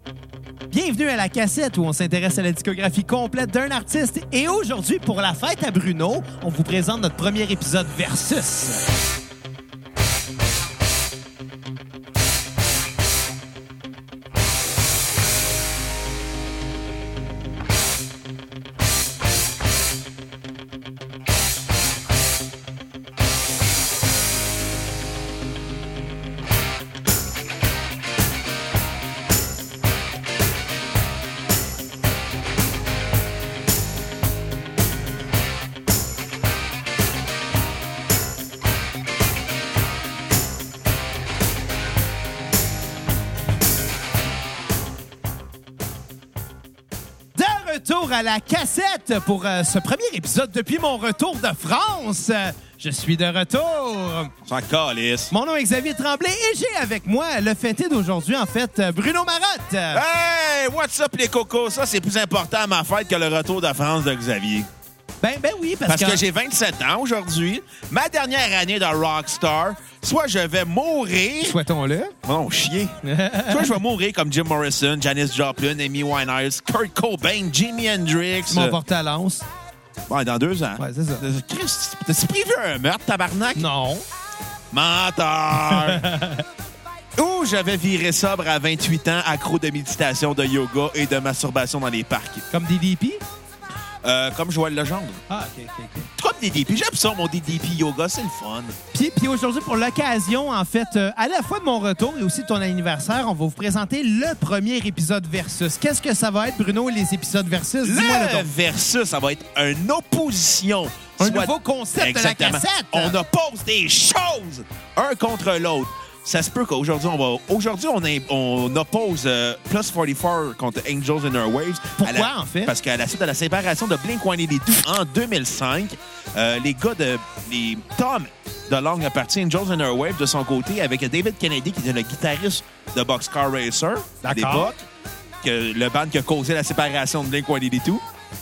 Bienvenue à la cassette où on s'intéresse à la discographie complète d'un artiste. Et aujourd'hui, pour la fête à Bruno, on vous présente notre premier épisode Versus. Retour à la cassette pour ce premier épisode depuis mon retour de France. Je suis de retour. Sans calisse. Mon nom est Xavier Tremblay et j'ai avec moi le fêté d'aujourd'hui, en fait, Bruno Marotte. Hey, what's up les cocos? Ça, c'est plus important à ma fête que le retour de France de Xavier. Ben oui, parce que j'ai 27 ans aujourd'hui. Ma dernière année de rockstar. Soit je vais mourir... Souhaitons-le. Non, chier. Soit je vais mourir comme Jim Morrison, Janis Joplin, Amy Winehouse, Kurt Cobain, Jimi Hendrix. Mon porte-à-lance. Ouais, dans 2 ans. Ouais, c'est ça. Christ, t'as-tu prévu un meurtre, tabarnak? Non. Menteur! Ou je vais virer sobre à 28 ans, accro de méditation, de yoga et de masturbation dans les parcs. Comme DDP? Comme Joël Legendre. Ah, OK. Comme DDP. J'aime ça, mon DDP yoga. C'est le fun. Puis aujourd'hui, pour l'occasion, en fait, à la fois de mon retour et aussi de ton anniversaire, on va vous présenter le premier épisode Versus. Qu'est-ce que ça va être, Bruno, les épisodes Versus? Le Versus, ça va être une opposition. Un nouveau concept. Exactement. De la cassette. On oppose des choses un contre l'autre. Ça se peut qu'aujourd'hui, on oppose Plus 44 contre Angels and Airwaves. Pourquoi, en fait? Parce qu'à la suite de la séparation de Blink-182 en 2005, Tom DeLonge a parti Angels and Airwaves de son côté avec David Kennedy, qui était le guitariste de Boxcar Racer à l'époque, le band qui a causé la séparation de Blink-182.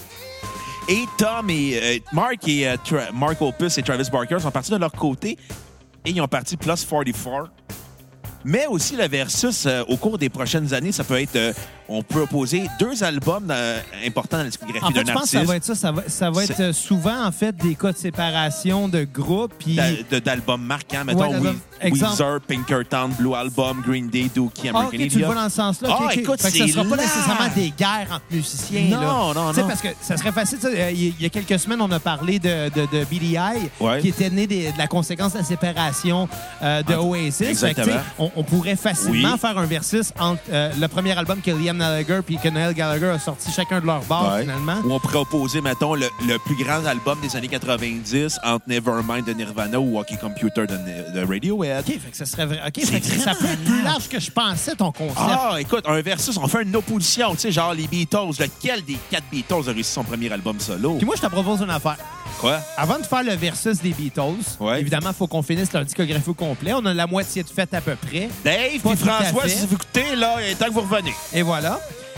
Et Tom et Mark Opus et Travis Barker sont partis de leur côté et ils ont parti Plus 44. Mais aussi, le Versus, au cours des prochaines années, ça peut être... on peut opposer 2 albums importants dans la discographie d'un artiste. Je pense que ça va être ça. Ça va être souvent, en fait, des cas de séparation de groupes. Puis... D'albums marquants. Mettons, Weezer, Pinkerton, Blue Album, Green Day, Dookie, American Idiot. Tu le vois dans le sens-là. Écoute, ça ne sera pas nécessairement des guerres entre musiciens. Non. Parce que ça serait facile. Il y a quelques semaines, on a parlé de BDI, qui était né de la conséquence de la séparation de Oasis. Exactement. On pourrait facilement faire un versus entre le premier album que Liam Gallagher puis que Noel Gallagher a sorti chacun de leur bord, finalement. Ou on pourrait opposer, mettons, le plus grand album des années 90 entre Nevermind de Nirvana ou Hockey Computer de Radiohead. OK, fait que ça serait vrai. OK, fait que ça peut être plus large que je pensais, ton concept. Ah, écoute, un versus, on fait une opposition, tu sais, genre les Beatles. Lequel des 4 Beatles a réussi son premier album solo? Puis moi, je te propose une affaire. Quoi? Avant de faire le versus des Beatles, évidemment, il faut qu'on finisse leur discographie au complet. On a la moitié de faite à peu près. Dave et François, si vous écoutez, là, il est temps que vous revenez. Et voilà.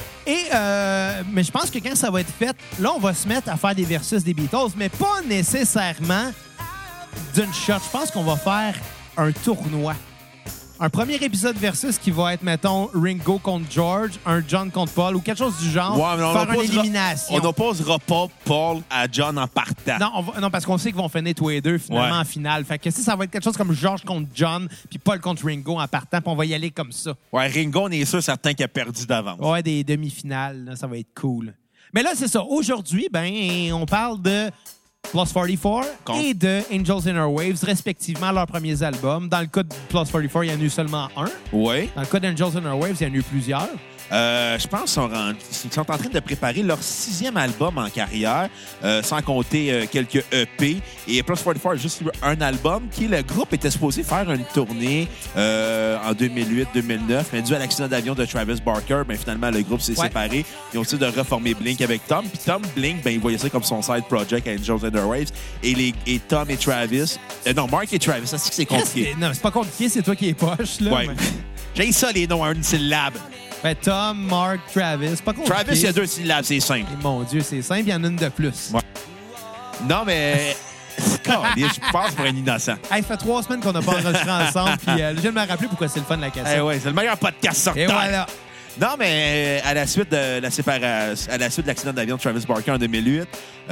Mais je pense que quand ça va être fait, là, on va se mettre à faire des versus des Beatles, mais pas nécessairement d'une shot. Je pense qu'on va faire un tournoi. Un premier épisode versus qui va être, mettons, Ringo contre George, un John contre Paul ou quelque chose du genre. Ouais, mais faire une élimination. On n'opposera pas Paul à John en partant. Non, parce qu'on sait qu'ils vont finir tous les deux finalement en finale. Fait que si ça va être quelque chose comme George contre John puis Paul contre Ringo en partant, puis on va y aller comme ça. Ouais, Ringo, on est sûr certain qu'il a perdu d'avance. Ouais, des demi-finales, là, ça va être cool. Mais là, c'est ça. Aujourd'hui, on parle de Plus 44 et de Angels and Airwaves, respectivement leurs premiers albums. Dans le cas de Plus 44, il y en a eu seulement un. Oui. Dans le cas d'Angels and Airwaves, il y en a eu plusieurs. Je pense qu'ils sont en train de préparer leur 6e album en carrière, sans compter quelques EP. Et Plus 44 a juste eu un album le groupe était supposé faire une tournée en 2008-2009, mais dû à l'accident d'avion de Travis Barker, finalement, le groupe s'est séparé. Ils ont décidé de reformer Blink avec Tom. Puis Tom, Blink, il voyait ça comme son side project à Angels and Airwaves. Et Tom et Travis... Mark et Travis, ça, c'est compliqué. Non, c'est pas compliqué, c'est toi qui es poche, là. Ouais. J'ai ça, les noms à une syllabe. Tom, Mark, Travis, pas compliqué. Travis, il y a 2 syllabes, c'est simple. Et mon Dieu, c'est simple, il y en a une de plus. Ouais. Non, mais... je passe pour un innocent. Ça fait 3 semaines qu'on n'a pas enregistré ensemble, puis je viens de me rappeler pourquoi c'est le fun de la cassette. C'est le meilleur podcast sur Et Terre. Voilà. Non, mais à la suite de la séparation, à la suite de l'accident d'avion de Travis Barker en 2008,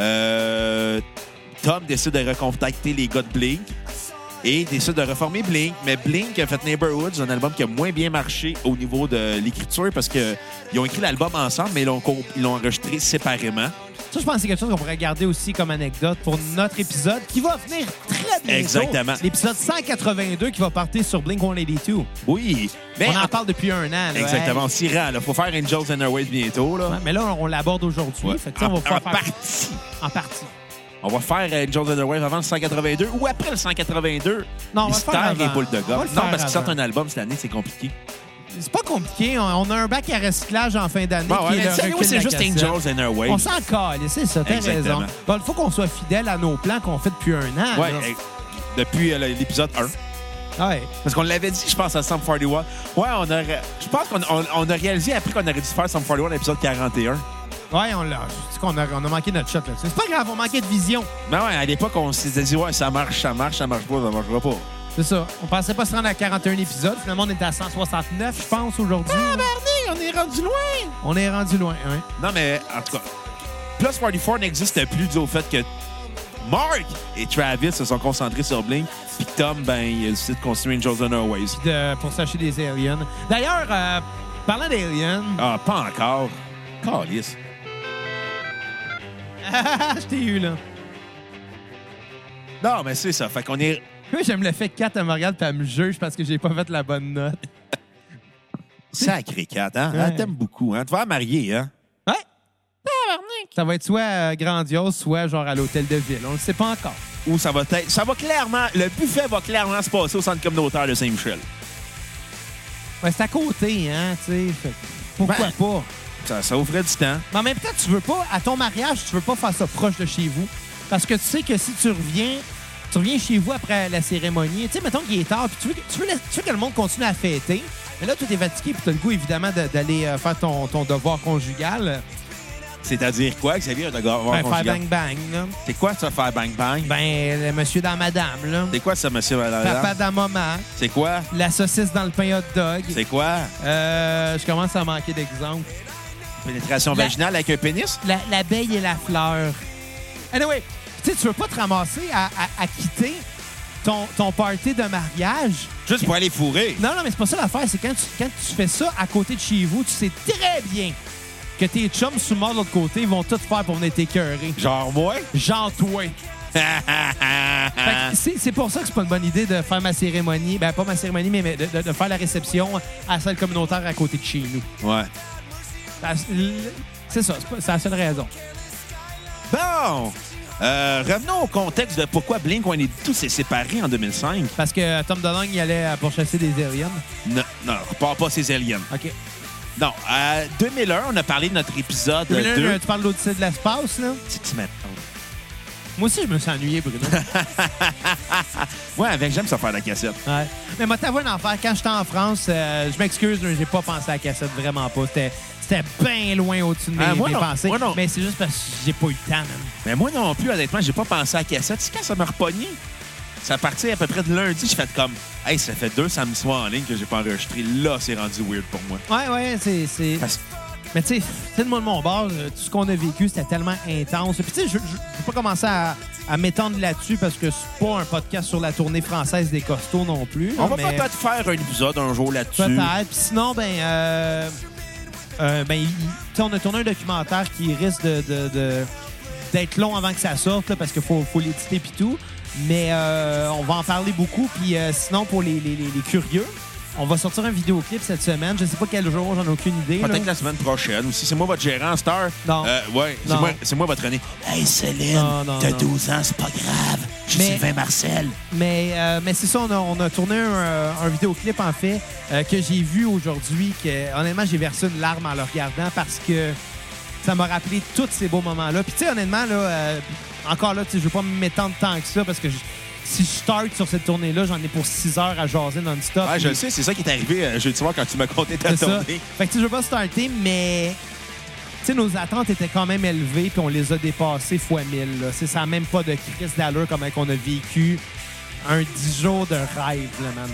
Tom décide de recontacter les gars de Blink et décide de reformer Blink. Mais Blink a fait Neighborhoods, un album qui a moins bien marché au niveau de l'écriture parce qu'ils ont écrit l'album ensemble, mais ils l'ont enregistré séparément. Ça, je pense que c'est quelque chose qu'on pourrait garder aussi comme anecdote pour notre épisode qui va venir très bientôt. Exactement. L'épisode 182 qui va partir sur Blink-182. Oui. Mais on en parle depuis un an. Là, exactement. On s'y rend. Il faut faire Angels and Airways bientôt. Là. Ouais, mais là, on l'aborde aujourd'hui. Ouais. Fait que, on va en faire partie. En partie. On va faire Angels and Airways avant le 182 ou après le 182. Non, on va le faire avant. Les boules de gomme. Non, parce qu'ils sortent avant. un album cette année, c'est compliqué. C'est pas compliqué. On a un bac à recyclage en fin d'année. Bon, qui est le c'est recul de la juste cassette. Angels and Airways. On s'en cale, c'est ça, t'as Exactement. raison. Bon, il faut qu'on soit fidèle à nos plans qu'on fait depuis un an. Ouais, là. depuis l'épisode 1. Ouais. Parce qu'on l'avait dit, je pense, à Sum 41. Ouais, je pense qu'on a réalisé après qu'on aurait dû faire Sum 41 à l'épisode 41. Ouais, on l'a. C'est qu'on a manqué notre shot là-dessus. C'est pas grave, on manquait de vision. Mais ouais, à l'époque, on s'était dit, ouais, ça marche pas, ça marchera pas. C'est ça. On pensait pas se rendre à 41 épisodes. Finalement, on est à 169, je pense, aujourd'hui. Ah, merde, on est rendu loin! On est rendu loin, hein. Non, mais en tout cas, Plus 44 n'existe plus dû au fait que Mark et Travis se sont concentrés sur Blink, puis Tom, ben, il a décidé de continuer Angels and Airways. Pour s'acheter des aliens. D'ailleurs, parlant d'aliens... Ah, pas encore. Calice. Je t'ai eu, là. Non, mais c'est ça. Fait qu'on est... Moi, j'aime le fait que Kat elle me regarde et elle me juge parce que j'ai pas fait la bonne note. Sacré Kat, hein? Ouais. Elle t'aime beaucoup, hein? Tu vas la marier, hein? Ouais. Ça va être soit grandiose, soit genre à l'hôtel de ville. On le sait pas encore. Ou ça va être... Ça va clairement... Le buffet va clairement se passer au centre communautaire de Saint-Michel. Ouais, c'est à côté, hein, tu sais. Fait que pourquoi Ben, pas? Ça ouvrait du temps. Mais en même temps, tu veux pas, à ton mariage, tu veux pas faire ça proche de chez vous. Parce que tu sais que si tu reviens chez vous après la cérémonie, tu sais, mettons qu'il est tard, puis tu veux que le monde continue à fêter. Mais là, tu es fatigué, puis tu as le goût, évidemment, d'aller faire ton devoir conjugal. C'est-à-dire quoi, Xavier? Faire bang-bang, là. C'est quoi ça, faire bang-bang? Ben, le monsieur dans madame, là. C'est quoi ça, monsieur? Papa dans maman. C'est quoi? La saucisse dans le pain hot dog. C'est quoi? Je commence à manquer d'exemples. Pénétration vaginale avec un pénis? L'abeille et la fleur. Anyway, tu sais, tu veux pas te ramasser à quitter ton party de mariage. Juste pour aller fourrer. Non, mais c'est pas ça l'affaire. C'est quand tu fais ça à côté de chez vous, tu sais très bien que tes chums sous mort de l'autre côté vont tout faire pour venir t'écœurer. Genre moi? Genre toi. Fait que c'est pour ça que c'est pas une bonne idée de faire ma cérémonie. Ben, pas ma cérémonie, mais de faire la réception à la salle communautaire à côté de chez nous. Ouais. C'est ça. C'est la seule raison. Bon! Revenons au contexte de pourquoi Blink-182 s'est séparé en 2005. Parce que Tom DeLonge, il allait pourchasser des aliens. Non, on repart pas ces aliens. OK. Non, 2001, on a parlé de notre épisode 2001, 2. tu parles de l'Odyssée de l'espace, là? C'est que tu m'attends. Moi aussi, je me suis ennuyé, Bruno. Ouais, j'aime ça faire la cassette. Ouais. Mais moi, t'avoues en faire. Quand j'étais en France, je m'excuse, mais j'ai pas pensé à la cassette, vraiment pas. C'était bien loin au-dessus de mes pensées. Moi non. Mais c'est juste parce que j'ai pas eu le temps, même. Mais moi non plus, honnêtement, j'ai pas pensé à la cassette. C'est quand ça m'a repogné. Ça partit à peu près de lundi. J'ai fait comme, hey, ça fait 2 samedis soirs en ligne que j'ai pas enregistré. Là, c'est rendu weird pour moi. Ouais, c'est... Parce- Mais tu sais, moi de mon bord, tout ce qu'on a vécu, c'était tellement intense. Puis tu sais, je vais pas commencer à m'étendre là-dessus parce que c'est pas un podcast sur la tournée française des costauds non plus. On va mais... peut-être faire un épisode un jour là-dessus. Peut-être. Puis sinon, on a tourné un documentaire qui risque d'être long avant que ça sorte là, parce qu'il faut l'éditer puis tout. Mais on va en parler beaucoup. Puis sinon, pour les curieux, on va sortir un vidéoclip cette semaine. Je sais pas quel jour, j'en ai aucune idée. Peut-être la semaine prochaine. Ou si c'est moi votre gérant, Star. Non. Ouais, Non. c'est moi votre René. Hey, Céline, Non, t'as non. 12 ans, c'est pas grave. Je suis Mais- Sylvain Marcel. Mais c'est ça, on a tourné un vidéoclip, en fait, que j'ai vu aujourd'hui, que honnêtement, j'ai versé une larme en le regardant parce que ça m'a rappelé tous ces beaux moments-là. Puis tu sais, honnêtement, là, encore là, je veux pas m'étendre tant que ça parce que si je start sur cette tournée-là, j'en ai pour 6 heures à jaser non-stop. Ouais, je le sais, c'est ça qui est arrivé jeudi soir quand tu m'as conté ta C'est ça. tournée. Fait que tu sais, je veux pas starter, mais tu sais, nos attentes étaient quand même élevées puis on les a dépassées fois 1000. Là. Ça n'a même pas de crise d'allure comme qu'on a vécu un 10 jours de rêve, là, man.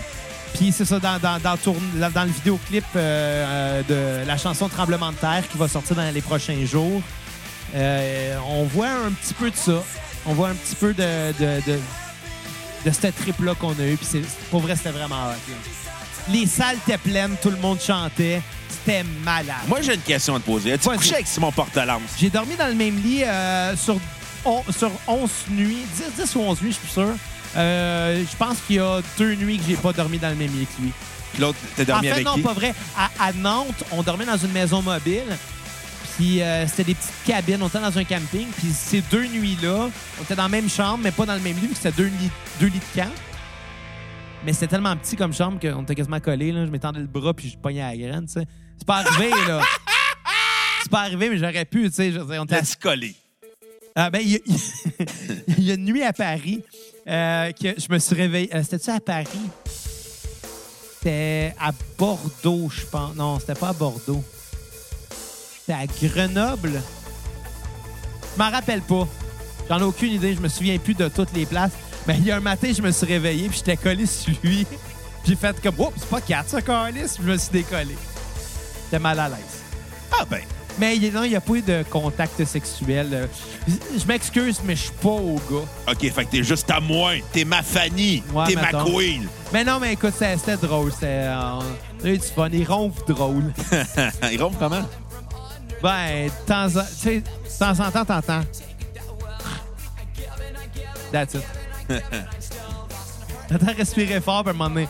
Puis c'est ça, dans le vidéoclip de la chanson Tremblement de terre qui va sortir dans les prochains jours, on voit un petit peu de ça. On voit un petit peu de cette trip-là qu'on a eu. Puis pour vrai, c'était vraiment hot. Là. Les salles étaient pleines, tout le monde chantait. C'était malade. Moi, j'ai une question à te poser. As-tu couché avec Simon Portelance? J'ai dormi dans le même lit sur 11 nuits, 10 ou 11 nuits, je suis plus sûr. Je pense qu'il y a 2 nuits que j'ai pas dormi dans le même lit que lui. Puis l'autre, t'as dormi avec qui? En fait, non, pas vrai. À Nantes, on dormait dans une maison mobile. Puis c'était des petites cabines. On était dans un camping. Puis ces 2 nuits-là, on était dans la même chambre, mais pas dans le même lit, vu que c'était 2 lits de camp. Mais c'était tellement petit comme chambre qu'on était quasiment collés. Là. Je m'étendais le bras puis je pognais à la graine. T'sais. C'est pas arrivé, là. C'est pas arrivé, mais j'aurais pu. On était collé. Ben, il y a une nuit à Paris que je me suis réveillé. C'était-tu à Paris? C'était à Bordeaux, je pense. Non, c'était pas à Bordeaux. C'était à Grenoble. Je m'en rappelle pas. J'en ai aucune idée. Je me souviens plus de toutes les places. Mais il y a un matin, je me suis réveillé puis j'étais collé sur lui. J'ai fait comme, oh, c'est pas 4, ça, Carlis. Puis je me suis décollé. J'étais mal à l'aise. Ah ben. Mais non, il n'y a pas eu de contact sexuel. Je m'excuse, mais je suis pas au gars. OK, fait que t'es juste à moi. T'es ma Fanny. Ouais, t'es mettons. ma queen. Mais non, mais écoute, c'était drôle. On a eu du fun. Il ronfle drôle. Il ronfle comment? Ben, de temps en temps, t'entends. That's it. T'entends respirer fort, puis à un moment donné.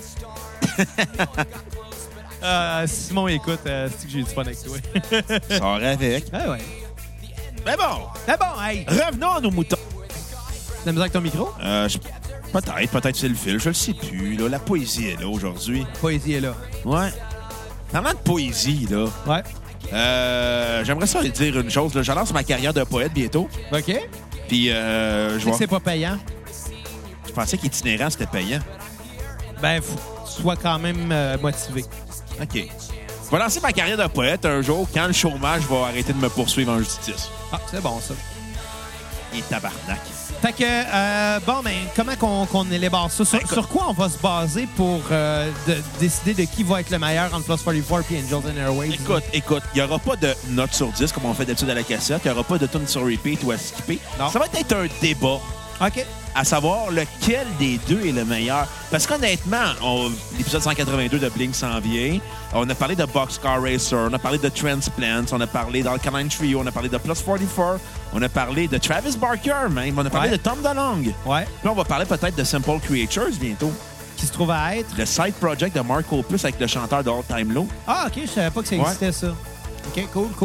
Simon, écoute, c'est que j'ai du fun avec toi. Sors avec. Ah ouais. Mais bon. C'est bon, hey. Revenons à nos moutons. T'as besoin avec ton micro? Peut-être c'est le fil. Je le sais plus. Là. La poésie est là aujourd'hui. La poésie est là. Ouais. Parlant de poésie, là. Ouais. J'aimerais ça dire une chose. Là. Je lance ma carrière de poète bientôt. OK. Puis, Je sais que c'est pas payant. Je pensais qu'itinérant, c'était payant. Ben, faut que tu sois quand même motivé. OK. Je vais lancer ma carrière de poète un jour quand le chômage va arrêter de me poursuivre en justice. Ah, c'est bon, ça. Et tabarnak. Fait que, bon, ben, comment qu'on élabore ça? Sur quoi on va se baser pour décider de qui va être le meilleur entre Plus 44 et Angels and Airwaves? Écoute, il n'y aura pas de notes sur 10 comme on fait d'habitude à la cassette. Il n'y aura pas de tune sur repeat ou à skipper. Non. Ça va être un débat. OK. À savoir lequel des deux est le meilleur. Parce qu'honnêtement, l'épisode 182 de Blink s'en vient. On a parlé de Boxcar Racer, on a parlé de Transplants, on a parlé d'Alkaline Trio, on a parlé de Plus 44, on a parlé de Travis Barker, même. On a parlé de Tom DeLonge. Ouais. Puis là, on va parler peut-être de Simple Creatures bientôt. Qui se trouve à être? Le side project de Mark Opus avec le chanteur de All Time Low. Ah, OK, je savais pas que ça existait, ça. OK, cool.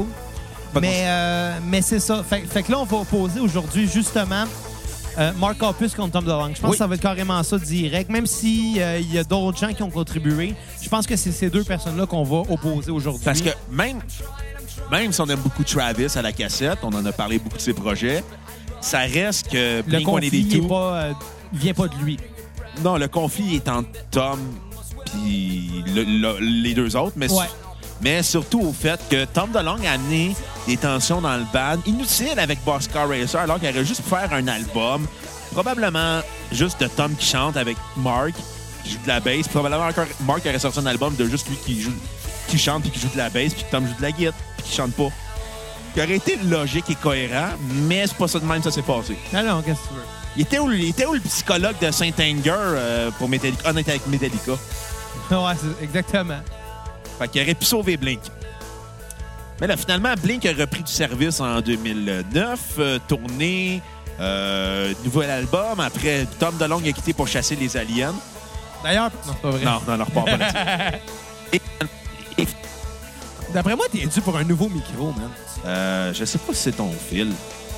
Mais c'est ça. Fait que là, on va opposer aujourd'hui, justement, Mark Opus contre Tom DeLonge. Je pense que ça va être carrément ça direct. Même s'il y a d'autres gens qui ont contribué, je pense que c'est ces deux personnes-là qu'on va opposer aujourd'hui. Parce que même si on aime beaucoup Travis à la cassette, on en a parlé beaucoup de ses projets, ça reste que le conflit Blink-182... vient pas de lui. Non, le conflit est entre Tom et les deux autres, mais surtout au fait que Tom DeLonge a amené des tensions dans le band inutiles avec Boxcar Racer, alors qu'il aurait juste pu faire un album, probablement juste de Tom qui chante avec Mark, qui joue de la bass. Probablement encore Mark aurait sorti un album de juste lui qui chante puis qui joue de la bass, puis que Tom joue de la guitare puis qui chante pas. Qui aurait été logique et cohérent, mais c'est pas ça de même ça s'est passé. Non, qu'est-ce que tu veux? Il était où le psychologue de Saint-Anger pour Metallica? Honnête avec Metallica. Ouais, c'est exactement. Fait qu'il aurait pu sauver Blink. Mais là, finalement, Blink a repris du service en 2009, tourné, nouvel album. Après, Tom DeLonge a quitté pour chasser les aliens. D'ailleurs, non, c'est pas vrai. Non, on repart pas là-dessus. D'après moi, t'es dû pour un nouveau micro, man. Je sais pas si c'est ton fil.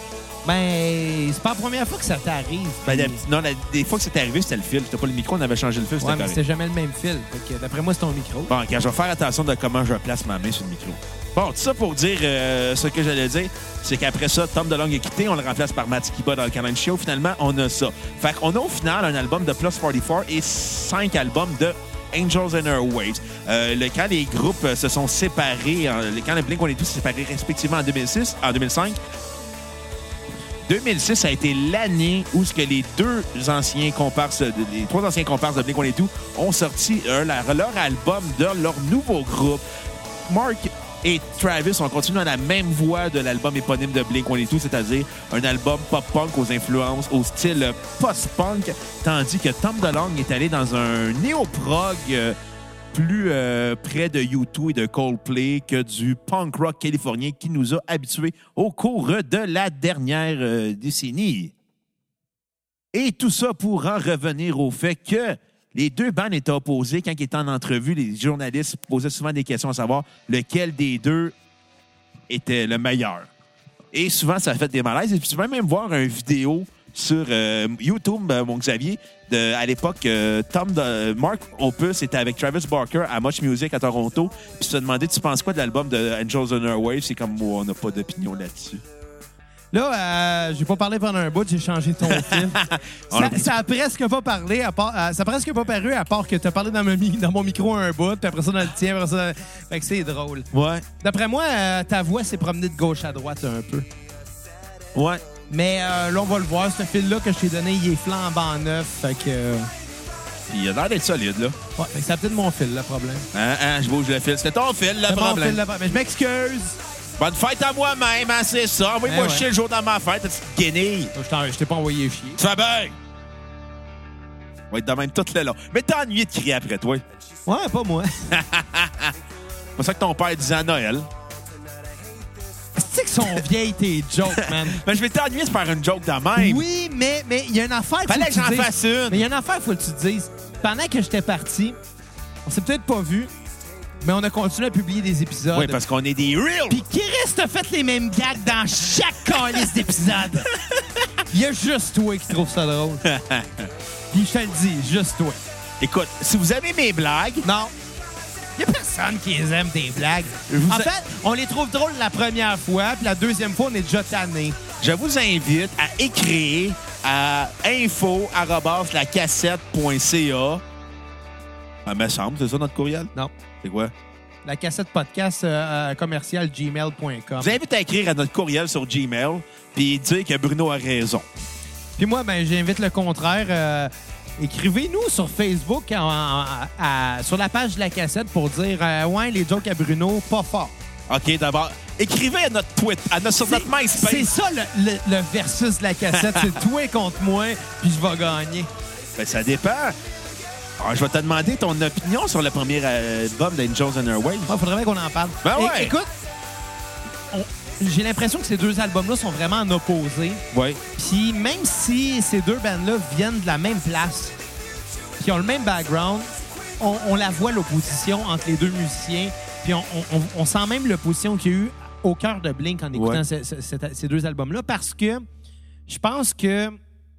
Ben, c'est pas la première fois que ça t'arrive. Non, des fois que c'est arrivé, c'était le fil. C'était pas le micro, on avait changé le fil, c'était mais c'était jamais le même fil. Fait que, d'après moi, c'est ton micro. Bon, quand je vais faire attention de comment je place ma main sur le micro. Bon, tout ça pour dire ce que j'allais dire, c'est qu'après ça, Tom DeLonge est quitté, on le remplace par Matt Skiba dans le Canon Show. Finalement, on a ça. Fait qu'on a au final un album de Plus 44 et 5 albums de Angels and Airwaves. Quand les groupes se sont séparés, quand les Blink-182 s'est séparés respectivement en 2006, en 2005, 2006 a été l'année où ce que les trois anciens comparses de Blink-182 ont sorti leur album de leur nouveau groupe. Mark et Travis ont continué dans la même voie de l'album éponyme de Blink-182, c'est-à-dire un album pop-punk aux influences au style post-punk, tandis que Tom DeLonge est allé dans un néo-prog plus près de U2 et de Coldplay que du punk rock californien qui nous a habitués au cours de la dernière décennie. Et tout ça pour en revenir au fait que les deux bandes étaient opposées. Quand ils étaient en entrevue, les journalistes posaient souvent des questions à savoir lequel des deux était le meilleur. Et souvent, ça a fait des malaises. Et puis, tu peux même voir une vidéo sur YouTube, mon Xavier, à l'époque, Mark Opus était avec Travis Barker à Much Music à Toronto. Puis tu te demandé, tu penses quoi de l'album de Angels on Our Wave? C'est comme, on n'a pas d'opinion là-dessus. Là, j'ai pas parlé pendant un bout, j'ai changé ton fil. Ça a presque pas parlé, ça a presque pas paru, à part que t'as parlé dans mon micro un bout, puis après ça dans le tien, après ça... Fait que c'est drôle. Ouais. D'après moi, ta voix s'est promenée de gauche à droite un peu. Ouais. Mais là, on va le voir, ce fil-là que je t'ai donné, il est flambant neuf, fait que... Il a l'air d'être solide, là. Ouais, fait que c'est peut-être mon fil, le problème. Je bouge le fil. C'était ton fil, le problème. Mais je m'excuse! Bonne fête à moi-même, hein, c'est ça. Envoie-moi chier le jour de ma fête, petite guenille. Je t'ai pas envoyé chier. Tu fais bien. On va être de même tout le long. Mais t'as ennuyé de crier après toi. Ouais, pas moi. C'est pour ça que ton père disait à Noël. C'est que sont vieilles tes jokes, man. Mais je vais t'ennuyer de faire une joke de même. Oui, mais il y a une affaire... Fallait que j'en fasse une. Mais il y a une affaire, il faut que tu te dises. Pendant que j'étais parti, on s'est peut-être pas vu, mais on a continué à publier des épisodes. Oui, parce qu'on est des real. Puis Chris t'a fait les mêmes gags dans chaque calice d'épisodes. Il y a juste toi qui trouve ça drôle. Puis je te le dis, juste toi. Écoute, si vous aimez mes blagues... Non. Il n'y a personne qui les aime, tes blagues. En fait, on les trouve drôles la première fois, puis la deuxième fois, on est déjà tanné. Je vous invite à écrire à info@lacassette.ca. Ça me semble, c'est ça notre courriel? Non. C'est quoi? La cassette podcast commercial gmail.com. Je vous invite à écrire à notre courriel sur Gmail puis dire que Bruno a raison. Puis moi, ben j'invite le contraire. Écrivez-nous sur Facebook, sur la page de la cassette pour dire ouais, les jokes à Bruno, pas fort. OK, d'abord, écrivez à notre tweet, sur notre MySpace. C'est ça le versus de la cassette. C'est toi contre moi, puis je vais gagner. Ben, ça dépend. Alors, je vais te demander ton opinion sur le premier album d'Angels on Our Wave. Il faudrait bien qu'on en parle. Ben ouais. Écoute, j'ai l'impression que ces deux albums-là sont vraiment en opposé. Oui. Puis même si ces deux bandes-là viennent de la même place, puis ont le même background, on la voit, l'opposition entre les deux musiciens. Puis on sent même l'opposition qu'il y a eu au cœur de Blink en écoutant ces deux albums-là, parce que je pense que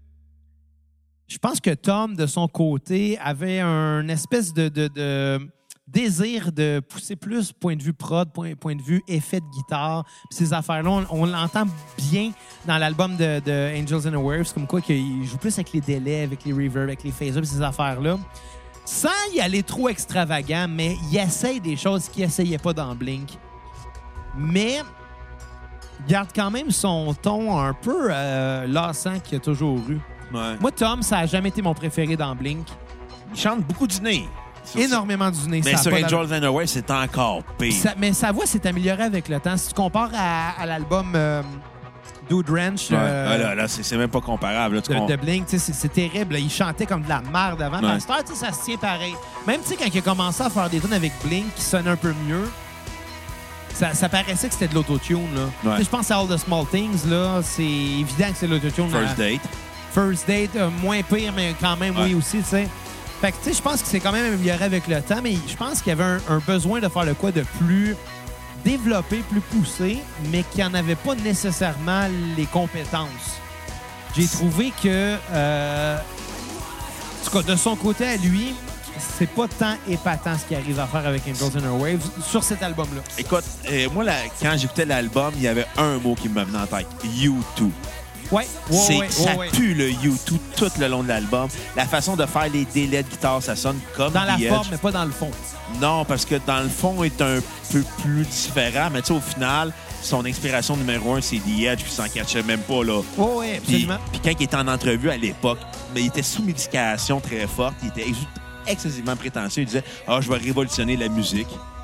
Tom, de son côté, avait un espèce de désir de pousser plus point de vue prod, point de vue effet de guitare. Puis ces affaires-là, on l'entend bien dans l'album de Angels and Waves, comme quoi qu'il joue plus avec les délais, avec les reverbs, avec les phasers, ces affaires-là. Sans y aller trop extravagant, mais il essaye des choses qu'il n'essayait pas dans Blink. Mais il garde quand même son ton un peu lassant qu'il a toujours eu. Ouais. Moi, Tom, ça n'a jamais été mon préféré dans Blink. Il chante beaucoup du nez. Énormément du nez. Mais sur Angels and Our Wave, c'est encore pire. Mais sa voix s'est améliorée avec le temps. Si tu compares à l'album Dude Ranch... là, c'est même pas comparable. Là, de Blink, c'est terrible. Il chantait comme de la merde avant. Mais à cette heure, ça se tient pareil. Même quand il a commencé à faire des tunes avec Blink qui sonnaient un peu mieux, ça paraissait que c'était de l'autotune. Je pense à All the Small Things. Là, c'est évident que c'est de l'autotune. First Date, moins pire, mais quand même, oui aussi, tu sais. Fait que, tu sais, je pense que c'est quand même amélioré avec le temps, mais je pense qu'il y avait un besoin de faire le quoi de plus développé, plus poussé, mais qui n'en avait pas nécessairement les compétences. J'ai trouvé que, en tout cas, de son côté à lui, c'est pas tant épatant ce qu'il arrive à faire avec Angels and Our Waves sur cet album-là. Écoute, moi, quand j'écoutais l'album, il y avait un mot qui me venait en tête. U2. Ouais, Ça pue le U2 tout le long de l'album. La façon de faire les délais de guitare, ça sonne comme dans la The forme, Edge. mais pas dans le fond. Non, parce que dans le fond, est un peu plus différent. Mais tu sais, au final, son inspiration numéro 1, c'est The Edge, puis il s'en cachait même pas, là. Oui, absolument. Puis quand il était en entrevue à l'époque, mais il était sous médication très forte. Il était excessivement prétentieux. Il disait « Ah, je vais révolutionner la musique. »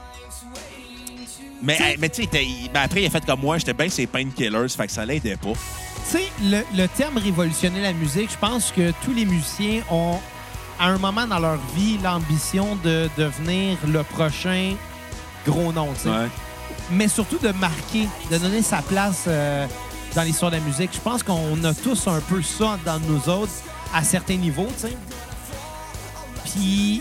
Mais tu sais, après, il a fait comme moi. J'étais bien ses painkillers, fait que ça l'aidait pas. Tu sais, le terme révolutionner la musique, je pense que tous les musiciens ont, à un moment dans leur vie, l'ambition de devenir le prochain gros nom, tu sais. Ouais. Mais surtout de marquer, de donner sa place dans l'histoire de la musique. Je pense qu'on a tous un peu ça dans nous autres, à certains niveaux, tu sais. Puis,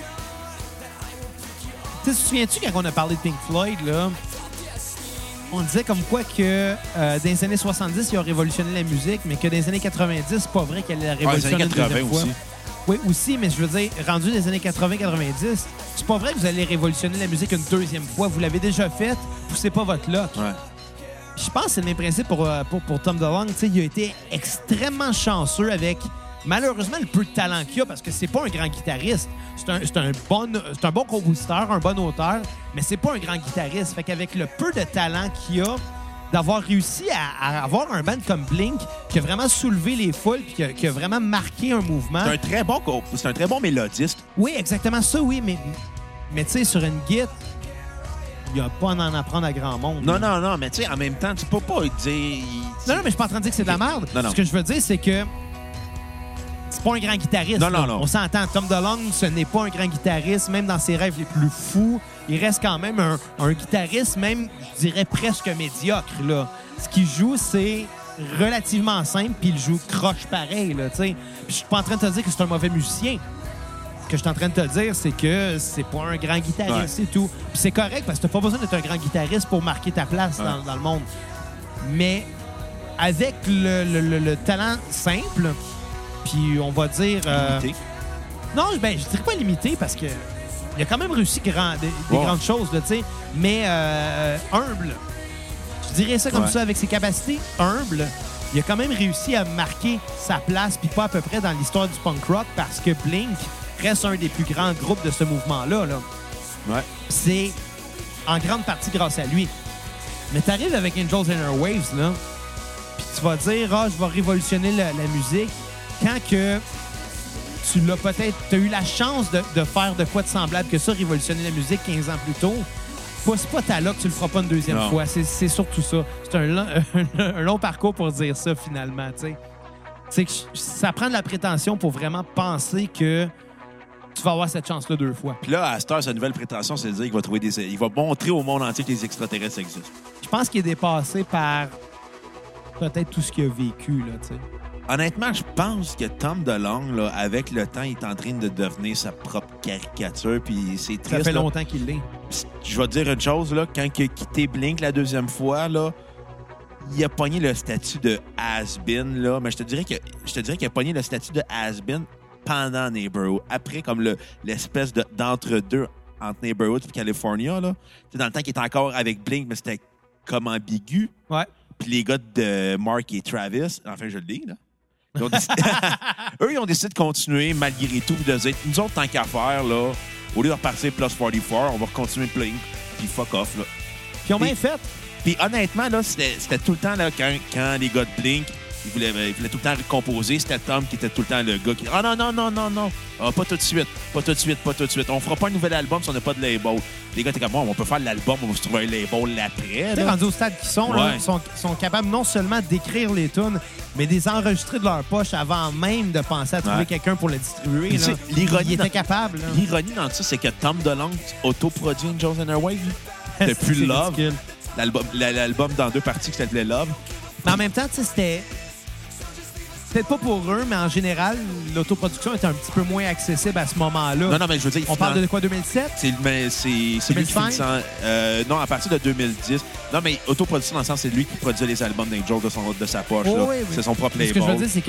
tu te souviens-tu quand on a parlé de Pink Floyd, là? On disait comme quoi que dans les années 70, ils ont révolutionné la musique, mais que dans les années 90, c'est pas vrai qu'elle a révolutionné les années 80 aussi. Oui, aussi, mais je veux dire, rendu dans les années 80-90, c'est pas vrai que vous allez révolutionner la musique une deuxième fois. Vous l'avez déjà faite, poussez pas votre luck. Ouais. Je pense que c'est le même principe pour Tom DeLonge. T'sais, il a été extrêmement chanceux avec, malheureusement, le peu de talent qu'il a, parce que c'est pas un grand guitariste. C'est un bon compositeur, un bon auteur, mais c'est pas un grand guitariste. Fait qu'avec le peu de talent qu'il a, d'avoir réussi à avoir un band comme Blink qui a vraiment soulevé les foules puis qui a vraiment marqué un mouvement. C'est un très bon mélodiste. Oui, exactement ça, oui, mais tu sais, sur une guitare, il n'y a pas à en apprendre à grand monde. Non, mais tu sais, en même temps, tu peux pas dire... Non, mais je suis pas en train de dire que c'est de la merde. Non. Ce que je veux dire, c'est que c'est pas un grand guitariste. Non. On s'entend. Tom DeLonge, ce n'est pas un grand guitariste, même dans ses rêves les plus fous. Il reste quand même un guitariste, même, je dirais, presque médiocre, là. Ce qu'il joue, c'est relativement simple, puis il joue croche pareil, là, tu sais. Puis je suis pas en train de te dire que c'est un mauvais musicien. Ce que je suis en train de te dire, c'est que c'est pas un grand guitariste, c'est tout. Puis c'est correct, parce que t'as pas besoin d'être un grand guitariste pour marquer ta place dans le monde. Mais avec le talent simple, puis on va dire... Limité. Non, je dirais pas limité, parce que il a quand même réussi des grandes choses, tu sais. Mais humble. Je dirais ça comme ça, avec ses capacités humbles. Il a quand même réussi à marquer sa place, puis pas à peu près dans l'histoire du punk rock, parce que Blink reste un des plus grands groupes de ce mouvement-là. Là. Ouais. C'est en grande partie grâce à lui. Mais t'arrives avec Angels and Airwaves, là, puis tu vas dire, je vais révolutionner la musique, quand que tu l'as peut-être... Tu as eu la chance de faire de quoi de semblable que ça, révolutionner la musique 15 ans plus tôt. C'est pas ta luck, tu le feras pas une deuxième fois. C'est surtout ça. C'est un long parcours pour dire ça, finalement. T'sais. C'est que ça prend de la prétention pour vraiment penser que tu vas avoir cette chance-là 2 fois. Puis là, à cette heure, sa nouvelle prétention, c'est de dire qu'il va montrer au monde entier que les extraterrestres existent. Je pense qu'il est dépassé par peut-être tout ce qu'il a vécu, là, tu sais. Honnêtement, je pense que Tom DeLonge, là, avec le temps, il est en train de devenir sa propre caricature. Puis c'est triste. Ça fait là. longtemps qu'il l'est. Je vais te dire une chose, là, quand il a quitté Blink la deuxième fois, là, il a pogné le statut de has-been, là. Mais je te dirais qu'il a pogné le statut de has-been pendant Neighborhood. Après, comme l'espèce d'entre-deux entre Neighborhood et California, là. C'est dans le temps qu'il était encore avec Blink, mais c'était comme ambigu. Ouais. Puis les gars de Mark et Travis, enfin, je le dis, là. Eux, ils ont décidé de continuer malgré tout, de dire, nous autres, tant qu'à faire, là, au lieu de repartir plus 44, on va continuer Blink, puis fuck off, là. Puis ils ont bien fait. Puis honnêtement, là, c'était tout le temps, là, quand les gars de Blink, ils voulaient tout le temps recomposer, c'était Tom qui était tout le temps le gars qui... Ah non. Ah, pas tout de suite. On fera pas un nouvel album si on n'a pas de label. Les gars étaient comme, bon, on peut faire l'album, on va se trouver un label après. Rendu au stade qu'ils sont, là, ils sont capables non seulement d'écrire les tunes, mais de les enregistrer de leur poche avant même de penser à trouver quelqu'un pour le distribuer. Là. Ils étaient capables. Là. L'ironie dans ça, c'est que Tom DeLonge autoproduit Angels and Airwaves depuis Love. L'album dans 2 parties qui s'appelait Love. Mais en même temps, tu sais, c'était... Peut-être pas pour eux, mais en général, l'autoproduction était un petit peu moins accessible à ce moment-là. Non, mais je veux dire... On parle de quoi, 2007? C'est lui qui finit non, à partir de 2010. Non, mais autoproduction, dans le sens, c'est lui qui produit les albums d'Angel de sa poche. Oh, là. oui. C'est son propre label. Ce que je veux dire, c'est que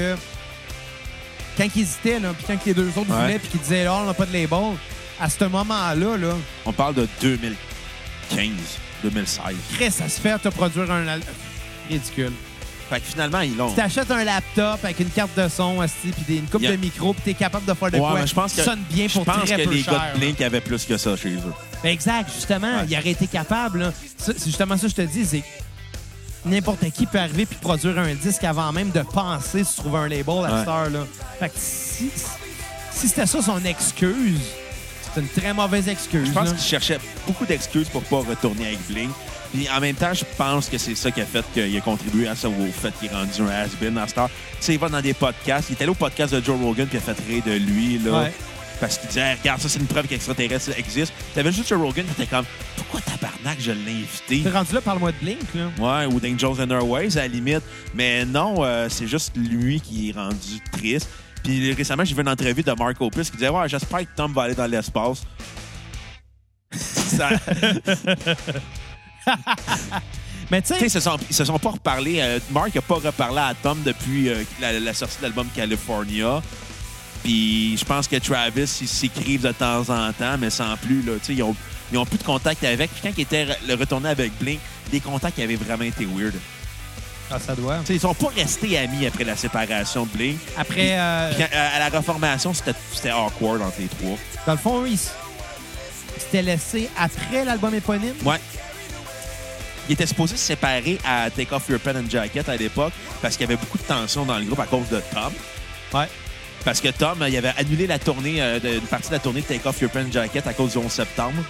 quand ils hésitaient, puis quand les 2 autres voulaient, puis qu'ils disaient, on n'a pas de label, à ce moment-là... Là, on parle de 2015, 2016. Chris, ça se fait autoproduire un album. Ridicule. Fait que finalement, ils l'ont. Tu t'achètes un laptop avec une carte de son, puis une coupe de micro, puis t'es capable de faire de quoi je pense qui sonne bien pour très peu cher. Je pense que les gars de Blink avaient plus que ça chez eux. Exact, justement. Ils auraient été capables. Là. C'est justement ça que je te dis, c'est n'importe qui peut arriver puis produire un disque avant même de penser se trouver un label à cette heure-là. Fait que si c'était ça son excuse, c'est une très mauvaise excuse. Je pense qu'il cherchait beaucoup d'excuses pour pas retourner avec Blink. Puis en même temps, je pense que c'est ça qui a fait qu'il a contribué à ça, au fait qu'il est rendu un has-been à cette heure. Tu sais, il va dans des podcasts. Il était allé au podcast de Joe Rogan puis il a fait rire de lui, là. Ouais. Parce qu'il disait, regarde, ça, c'est une preuve qu'extraterrestre existe. T'avais juste Joe Rogan qui était comme, pourquoi tabarnak, je l'ai invité? T'es rendu là, parle-moi de Blink, là. Ouais, ou d'Angels and Airways, à la limite. Mais non, c'est juste lui qui est rendu triste. Puis récemment, j'ai vu une entrevue de Mark Hoppus qui disait, ouais, j'espère que Tom va aller dans l'espace. Ça... Mais tu sais, ils se sont pas reparlés. Mark n'a pas reparlé à Tom depuis la sortie de l'album California. Puis je pense que Travis, ils s'écrivent de temps en temps, mais sans plus. Là, ils ont plus de contact avec. Puis quand il était retourné avec Blink, les contacts avaient vraiment été weird. Ah, ça doit. T'sais, ils sont pas restés amis après la séparation de Blink. Après. Puis, à la reformation, c'était awkward entre les trois. Dans le fond, ils s'étaient laissés après l'album éponyme? Ouais. Ils étaient supposés se séparer à Take Off Your Pen and Jacket à l'époque parce qu'il y avait beaucoup de tension dans le groupe à cause de Tom. Ouais. Parce que Tom, il avait annulé la tournée, une partie de la tournée de Take Off Your Pen and Jacket à cause du 11 septembre.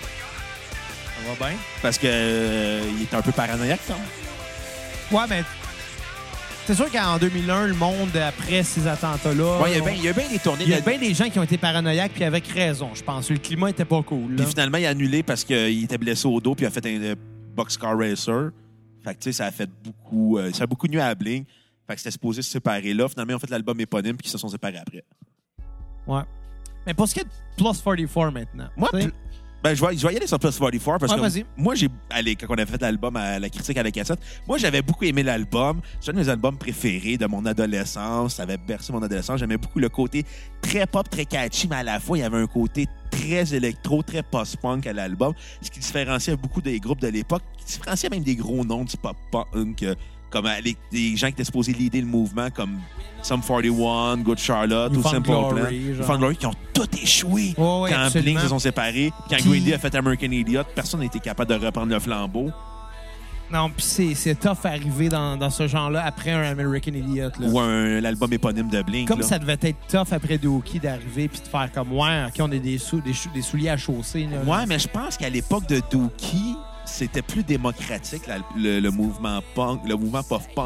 Ça va bien. Parce que il était un peu paranoïaque, Tom. Ouais, mais c'est sûr qu'en 2001, le monde, après ces attentats-là... Ouais, il y a bien des tournées... Il y a bien des gens qui ont été paranoïaques, puis avec raison, je pense. Le climat était pas cool. Là. Puis finalement, il a annulé parce qu'il était blessé au dos, puis il a fait un Boxcar Racer. Fait que, tu sais, ça a fait beaucoup... ça a beaucoup nuit à Blink. Fait que c'était supposé se séparer là. Finalement, ils ont fait l'album éponyme, puis ils se sont séparés après. Ouais. Mais pour ce qui est de Plus 44 maintenant... Moi, je vais y aller sur Plus 44 parce que moi, quand on avait fait l'album à la critique à la cassette, moi, j'avais beaucoup aimé l'album. C'est un de mes albums préférés de mon adolescence. Ça avait bercé mon adolescence. J'aimais beaucoup le côté très pop, très catchy, mais à la fois, il y avait un côté très électro, très post-punk à l'album, ce qui différenciait beaucoup des groupes de l'époque, qui différenciait même des gros noms du pop-punk, comme les gens qui étaient supposés leader le mouvement, comme Sum 41, Good Charlotte ou Simple Plan. Fun Glory, qui ont tout échoué quand Blink se sont séparés. Quand Green Day a fait American Idiot, personne n'a été capable de reprendre le flambeau. Non, puis c'est tough arriver dans ce genre-là après un American Idiot. Là. Ou l'album éponyme de Blink. Comme là. ça devait être tough après Dookie d'arriver puis de faire comme, ouais, OK, on a des souliers à chausser. Là, ouais, mais je pense qu'à l'époque de Dookie, c'était plus démocratique, le mouvement punk, le mouvement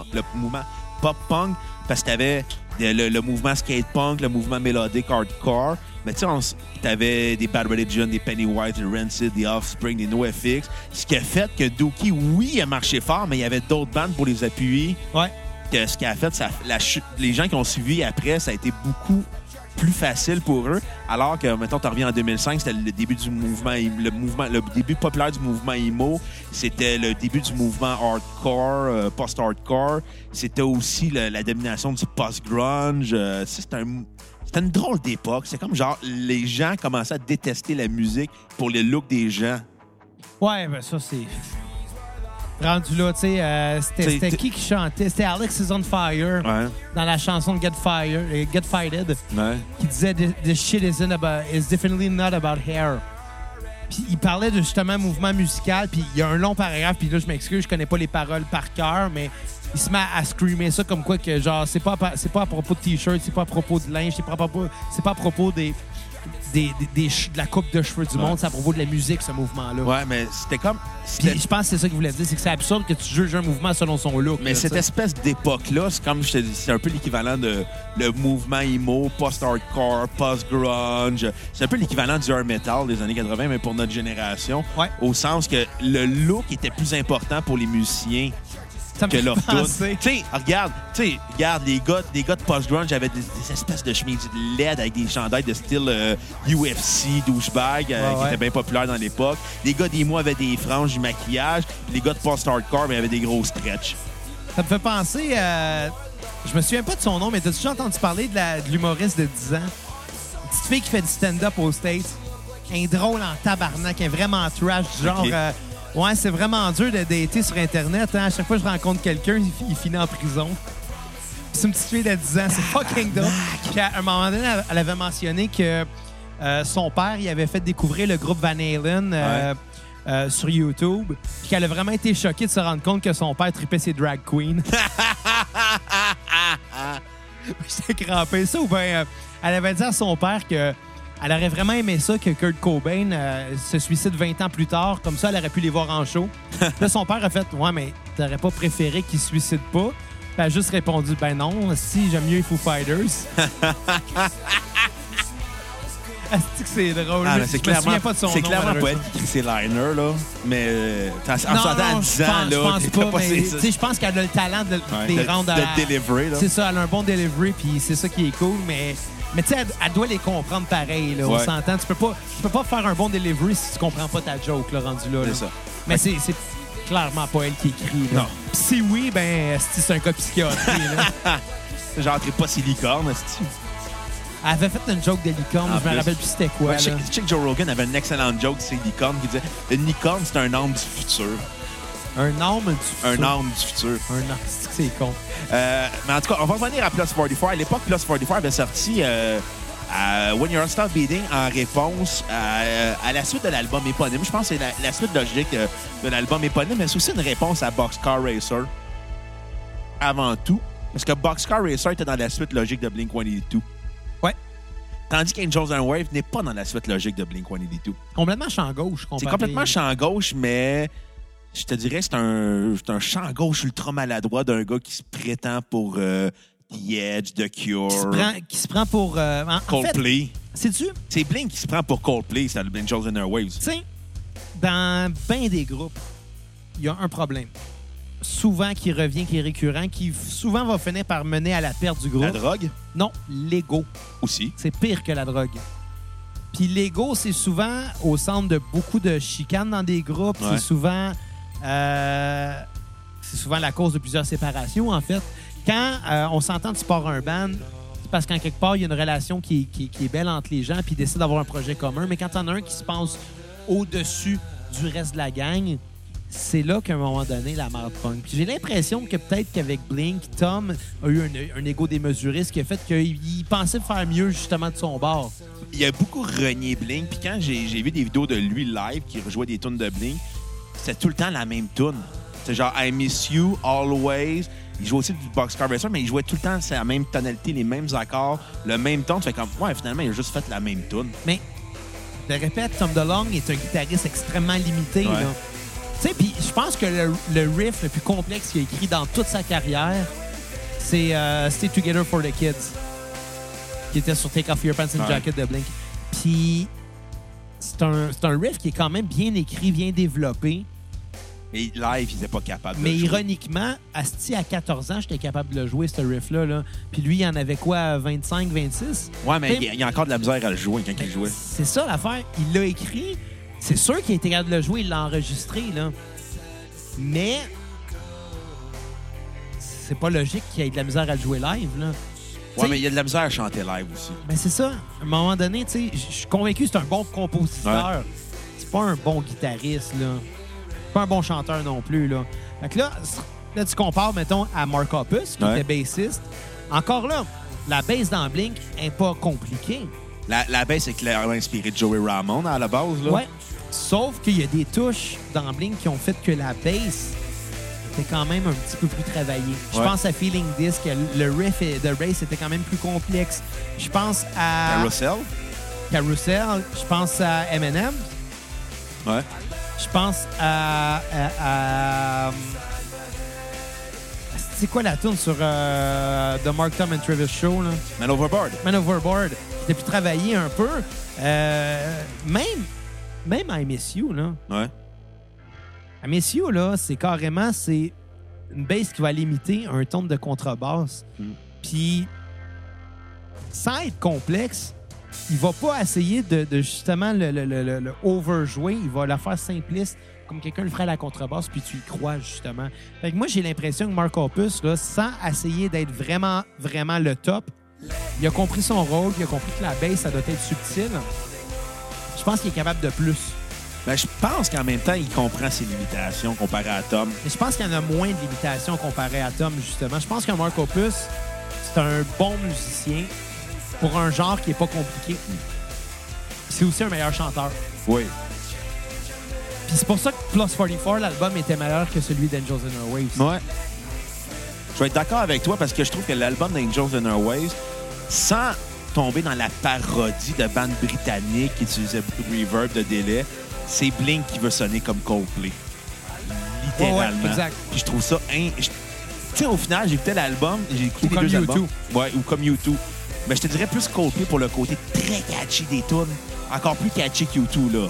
pop-punk, parce que t'avais le mouvement skate-punk, le mouvement mélodique hardcore. Mais tu sais, t'avais des Bad Religion, des Pennywise, des Rancid, des Offspring, des NoFX. Ce qui a fait que Dookie, oui, a marché fort, mais il y avait d'autres bandes pour les appuyer. Ouais. Que ce qui a fait, les gens qui ont suivi après, ça a été beaucoup plus facile pour eux, alors que, mettons, tu reviens en 2005, c'était le début du le début populaire du mouvement emo, c'était le début du mouvement hardcore, post-hardcore, c'était aussi la domination du post-grunge. C'était une drôle d'époque. C'est comme genre, les gens commençaient à détester la musique pour le look des gens. Ouais, ben ça, c'est... Rendu là, tu sais, c'était qui chantait? C'était Alex is on Fire dans la chanson Get Fighted, qui disait This shit is definitely not about hair. Puis il parlait de justement mouvement musical, puis il y a un long paragraphe, puis là, je m'excuse, je connais pas les paroles par cœur, mais il se met à screamer ça comme quoi que genre, c'est pas à propos de t-shirt, c'est pas à propos de linge, c'est pas à propos de la coupe de cheveux du monde, c'est à propos de la musique, ce mouvement-là. Ouais, mais c'était comme... Puis je pense que c'est ça qu'il voulait dire, c'est que c'est absurde que tu juges un mouvement selon son look. Mais là, cette espèce d'époque-là, c'est comme je te dis, c'est un peu l'équivalent de le mouvement emo, post-hardcore, post-grunge. C'est un peu l'équivalent du hair metal des années 80, mais pour notre génération. Ouais. Au sens que le look était plus important pour les musiciens que leur tune. Tu sais, regarde, les gars de post-grunge avaient des espèces de chemises LED avec des chandails de style UFC, douchebag, qui étaient bien populaires dans l'époque. Les gars d'emo avaient des franges, du maquillage. Les gars de post-hardcore avaient des gros stretch. Ça me fait penser... je me souviens pas de son nom, mais t'as-tu déjà entendu parler de l'humoriste de 10 ans? Une petite fille qui fait du stand-up aux States. Elle est drôle en tabarnak, elle est vraiment trash, du genre... Ouais, c'est vraiment dur de dater sur Internet. Hein? À chaque fois que je rencontre quelqu'un, il finit en prison. C'est une petite fille de 10 ans. C'est fucking dope. Puis à un moment donné, elle avait mentionné que son père, il avait fait découvrir le groupe Van Halen sur YouTube. Puis qu'elle a vraiment été choquée de se rendre compte que son père tripait ses drag queens. J'étais crampé. Ça, ou bien elle avait dit à son père que elle aurait vraiment aimé ça que Kurt Cobain se suicide 20 ans plus tard. Comme ça, elle aurait pu les voir en show. Là, son père a fait « Ouais, mais t'aurais pas préféré qu'il se suicide pas? » Puis elle a juste répondu « Ben non, si, j'aime mieux les Foo Fighters. » Est-ce que c'est drôle? Ah, c'est clairement pas de son c'est nom, clairement pas elle qui crie ses liners, là. Mais en s'entendant à 10 ans, là, je pense pas. Mais, ça. je pense qu'elle a le talent de les rendre à... De delivery, là. C'est ça, elle a un bon delivery, puis c'est ça qui est cool, mais tu sais, elle doit les comprendre pareil, là. Ouais. On s'entend. Tu peux pas faire un bon delivery si tu comprends pas ta joke, là, rendu là. C'est ça. Mais c'est clairement pas elle qui écrit, là. Non. Pis si oui, ben, c'est un cas psychiatrique, là. J'entrais pas ses licornes, est-ce. Elle avait fait une joke de licorne, En je me plus. rappelle plus c'était quoi, Ouais, là. je sais que Joe Rogan avait une excellente joke sur les licornes qui disait une licorne, c'est un âme du futur. Un âme du futur. Un âme du futur. Un âme, c'est con. Mais en tout cas, on va revenir à Plus 44. À l'époque, Plus 44 avait sorti When Your Heart Stops Beating en réponse à la suite de l'album éponyme. Je pense que c'est la suite logique de l'album éponyme, mais c'est aussi une réponse à Boxcar Racer. Avant tout. Parce que Boxcar Racer était dans la suite logique de Blink-182. Ouais. Tandis qu'Angels and Wave n'est pas dans la suite logique de Blink-182. Complètement champ gauche, comparé. C'est complètement champ gauche, mais je te dirais c'est un champ gauche ultra maladroit d'un gars qui se prétend pour The Edge, The Cure, Qui se prend pour... en Coldplay. fait, sais-tu? C'est Blink qui se prend pour Coldplay, c'est Angels and Airwaves. Tu sais, dans bien des groupes, il y a un problème. Souvent qui revient, qui est récurrent, qui souvent va finir par mener à la perte du groupe. La drogue Non, l'ego. aussi. C'est pire que la drogue. Puis l'ego, c'est souvent au centre de beaucoup de chicanes dans des groupes. Ouais. C'est souvent la cause de plusieurs séparations, en fait. Quand on s'entend de sport un band, c'est parce qu'en quelque part, il y a une relation qui est belle entre les gens puis ils décident d'avoir un projet commun. Mais quand il y en a un qui se pense au-dessus du reste de la gang, c'est là qu'à un moment donné, la merde pogne. Puis j'ai l'impression que peut-être qu'avec Blink, Tom a eu un ego démesuré, ce qui a fait qu'il pensait faire mieux justement de son bord. Il a beaucoup renié Blink, puis quand j'ai vu des vidéos de lui live qui rejouait des tunes de Blink, c'était tout le temps la même tune. C'est genre I Miss You, Always. Il jouait aussi du Boxcar Racer, mais il jouait tout le temps c'est la même tonalité, les mêmes accords, le même ton. Tu fais comme, ouais, finalement, il a juste fait la même tune. Mais, je le répète, Tom DeLonge est un guitariste extrêmement limité. Ouais. Là. Tu sais, puis je pense que le riff le plus complexe qu'il a écrit dans toute sa carrière, c'est Stay Together for the Kids, qui était sur Take Off Your Pants and Jacket de Blink. Puis, c'est un riff qui est quand même bien écrit, bien développé. Mais live, il n'était pas capable de Mais le jouer. ironiquement, Asti, à 14 ans, j'étais capable de le jouer, ce riff-là. Là. Puis lui, il en avait quoi, 25, 26? Ouais, mais T'sais, il y a encore de la misère à le jouer quand il jouait. C'est ça l'affaire. Il l'a écrit. C'est sûr qu'il a été capable de le jouer, il l'a enregistré, là. Mais c'est pas logique qu'il ait de la misère à le jouer live, là. Ouais, mais il y a de la misère à chanter live aussi. Ben c'est ça. À un moment donné, tu sais, je suis convaincu que c'est un bon compositeur. Ouais. C'est pas un bon guitariste, là. Pas un bon chanteur non plus, là. Fait que là tu compares, mettons, à Mark Hoppus, qui était bassiste. Encore là, la bass dans Blink n'est pas compliquée. La bass est clairement inspirée de Joey Ramone à la base, là. Ouais. Sauf qu'il y a des touches dans Blink qui ont fait que la bass était quand même un petit peu plus travaillée. Je pense à Feeling This, que le riff de Race était quand même plus complexe. Je pense à Carousel. Je pense à Eminem. Ouais. Je pense à c'est quoi la tune sur The Mark Tom and Travis Show, là? Man Overboard. Man Overboard. J'ai pu travailler un peu. Même I Miss You, là. Ouais. I Miss You, là, c'est une bass qui va limiter un ton de contrebasse. Puis, sans être complexe, il va pas essayer de justement le overjouer. Il va la faire simpliste, comme quelqu'un le ferait à la contrebasse, puis tu y crois, justement. Fait que moi, j'ai l'impression que Mark Hoppus, là, sans essayer d'être vraiment, vraiment le top, il a compris son rôle, il a compris que la bass, ça doit être subtil. Je pense qu'il est capable de plus. Ben, je pense qu'en même temps, il comprend ses limitations comparé à Tom. Mais je pense qu'il y en a moins de limitations comparé à Tom, justement. Je pense que Mark Hoppus, c'est un bon musicien pour un genre qui n'est pas compliqué. C'est aussi un meilleur chanteur. Oui. Puis c'est pour ça que Plus 44, l'album était meilleur que celui d'Angels and Airwaves. Ouais. Je vais être d'accord avec toi parce que je trouve que l'album d'Angels and Airwaves, sans tomber dans la parodie de bandes britanniques qui utilisaient beaucoup de reverb, de délai, c'est Blink qui veut sonner comme Coldplay. Littéralement. Ouais, exact. Puis je trouve ça... Tu sais, au final, j'écoutais l'album, j'ai écouté les comme deux albums. U2. Ouais, ou comme U2. Mais je te dirais plus Coldplay pour le côté très catchy des tunes. Encore plus catchy que U2, là.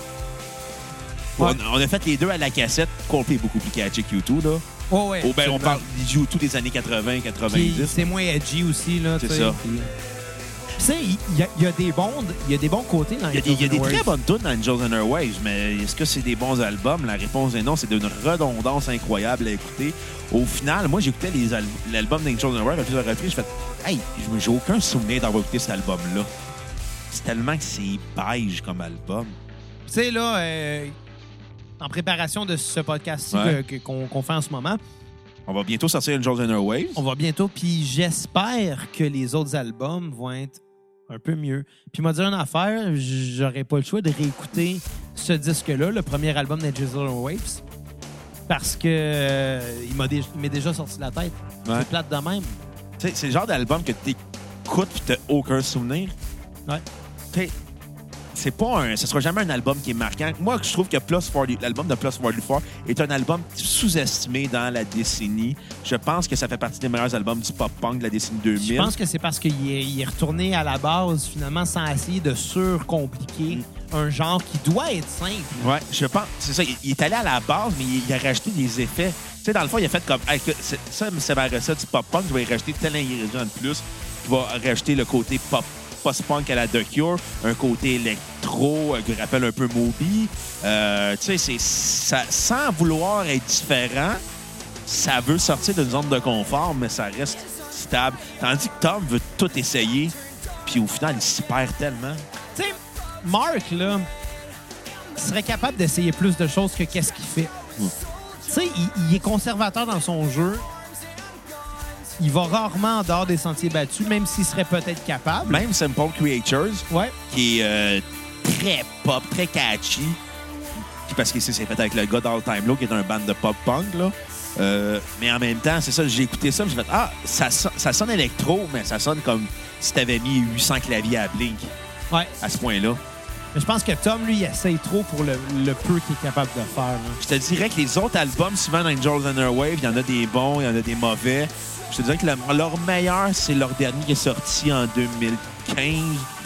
Ouais. On a fait les deux à la cassette. Coldplay est beaucoup plus catchy que U2, là. Oh, ouais, Oh, ben, on parle du U2 des années 80, 90. Puis c'est moins edgy aussi, là. C'est tu sais. ça. Puis, tu sais, il y a des bons côtés dans Il y a des très bonnes tunes dans Angels and Airwaves, mais est-ce que c'est des bons albums? La réponse est non. C'est d'une redondance incroyable à écouter. Au final, moi, j'écoutais l'album d'Angels and Airwaves à plusieurs reprises. J'ai fait « Hey, j'ai aucun souvenir d'avoir écouté cet album-là. » C'est tellement que c'est beige comme album. Tu sais, là, en préparation de ce podcast-ci Ouais. qu'on fait en ce moment, On va bientôt sortir Angels and Airwaves. on va bientôt, puis j'espère que les autres albums vont être un peu mieux. Puis, m'a dit une affaire, j'aurais pas le choix de réécouter ce disque-là, le premier album d'Angels and Airwaves, parce que il m'est déjà sorti de la tête. Ouais. C'est plate de même. Tu sais, c'est le genre d'album que tu écoutes et tu n'as aucun souvenir. Ouais. Tu sais, c'est pas ce sera jamais un album qui est marquant. Moi, je trouve que l'album de Plus 44 est un album sous-estimé dans la décennie. Je pense que ça fait partie des meilleurs albums du pop-punk de la décennie 2000. Je pense que c'est parce qu'il est retourné à la base, finalement, sans essayer de surcompliquer un genre qui doit être simple. Ouais, je pense. C'est ça. Il est allé à la base, mais il a rajouté des effets. Tu sais, dans le fond, il a fait comme. Hey, ça, c'est ma recette du pop-punk. Je vais y rajouter tel ingrédient de plus. Je vais rajouter le côté post-punk à la The Cure, un côté électro qui rappelle un peu Moby. Tu sais, sans vouloir être différent, ça veut sortir d'une zone de confort, mais ça reste stable. Tandis que Tom veut tout essayer, puis au final, il s'y perd tellement. Tu sais, Mark, là, serait capable d'essayer plus de choses que qu'est-ce qu'il fait. Tu sais, il est conservateur dans son jeu. Il va rarement en dehors des sentiers battus, même s'il serait peut-être capable. Même Simple Creatures, Ouais. qui est très pop, très catchy, puis parce que c'est fait avec le gars d'All Time Low, qui est un band de pop-punk, là. Mais en même temps, c'est ça, j'ai écouté ça, j'ai fait « Ah, ça sonne électro, mais ça sonne comme si t'avais mis 800 claviers à Blink. » Ouais. À ce point-là. Mais je pense que Tom, lui, il essaye trop pour le peu qu'il est capable de faire. Là. Je te dirais que les autres albums, souvent dans Angels and Airwaves, il y en a des bons, il y en a des mauvais. Je te dirais que leur meilleur, c'est leur dernier qui est sorti en 2015,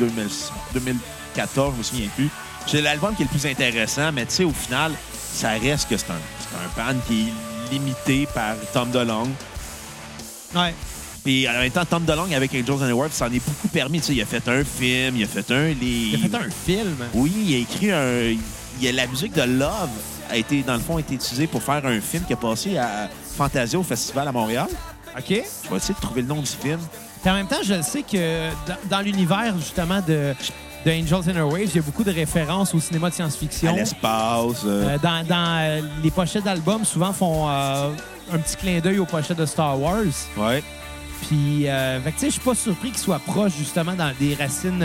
2014, je me souviens plus. C'est l'album qui est le plus intéressant, mais tu sais, au final, ça reste que c'est un band qui est limité par Tom DeLonge. Ouais. Puis en même temps, Tom DeLonge avec Angels and Airwaves, ça en est beaucoup permis. Tu sais, il a fait un film, il a fait un livre. Il a fait un film. Oui, il a écrit la musique de Love a été, dans le fond, été utilisée pour faire un film qui a passé à Fantasia au Festival à Montréal. OK. Je vais essayer de trouver le nom du film. Puis en même temps, je sais que dans l'univers, justement, de Angels and Airwaves, il y a beaucoup de références au cinéma de science-fiction. À l'espace. Dans les pochettes d'albums, souvent, font un petit clin d'œil aux pochettes de Star Wars. Ouais. Puis, fait que, tu sais, je suis pas surpris qu'il soit proche, justement, dans des racines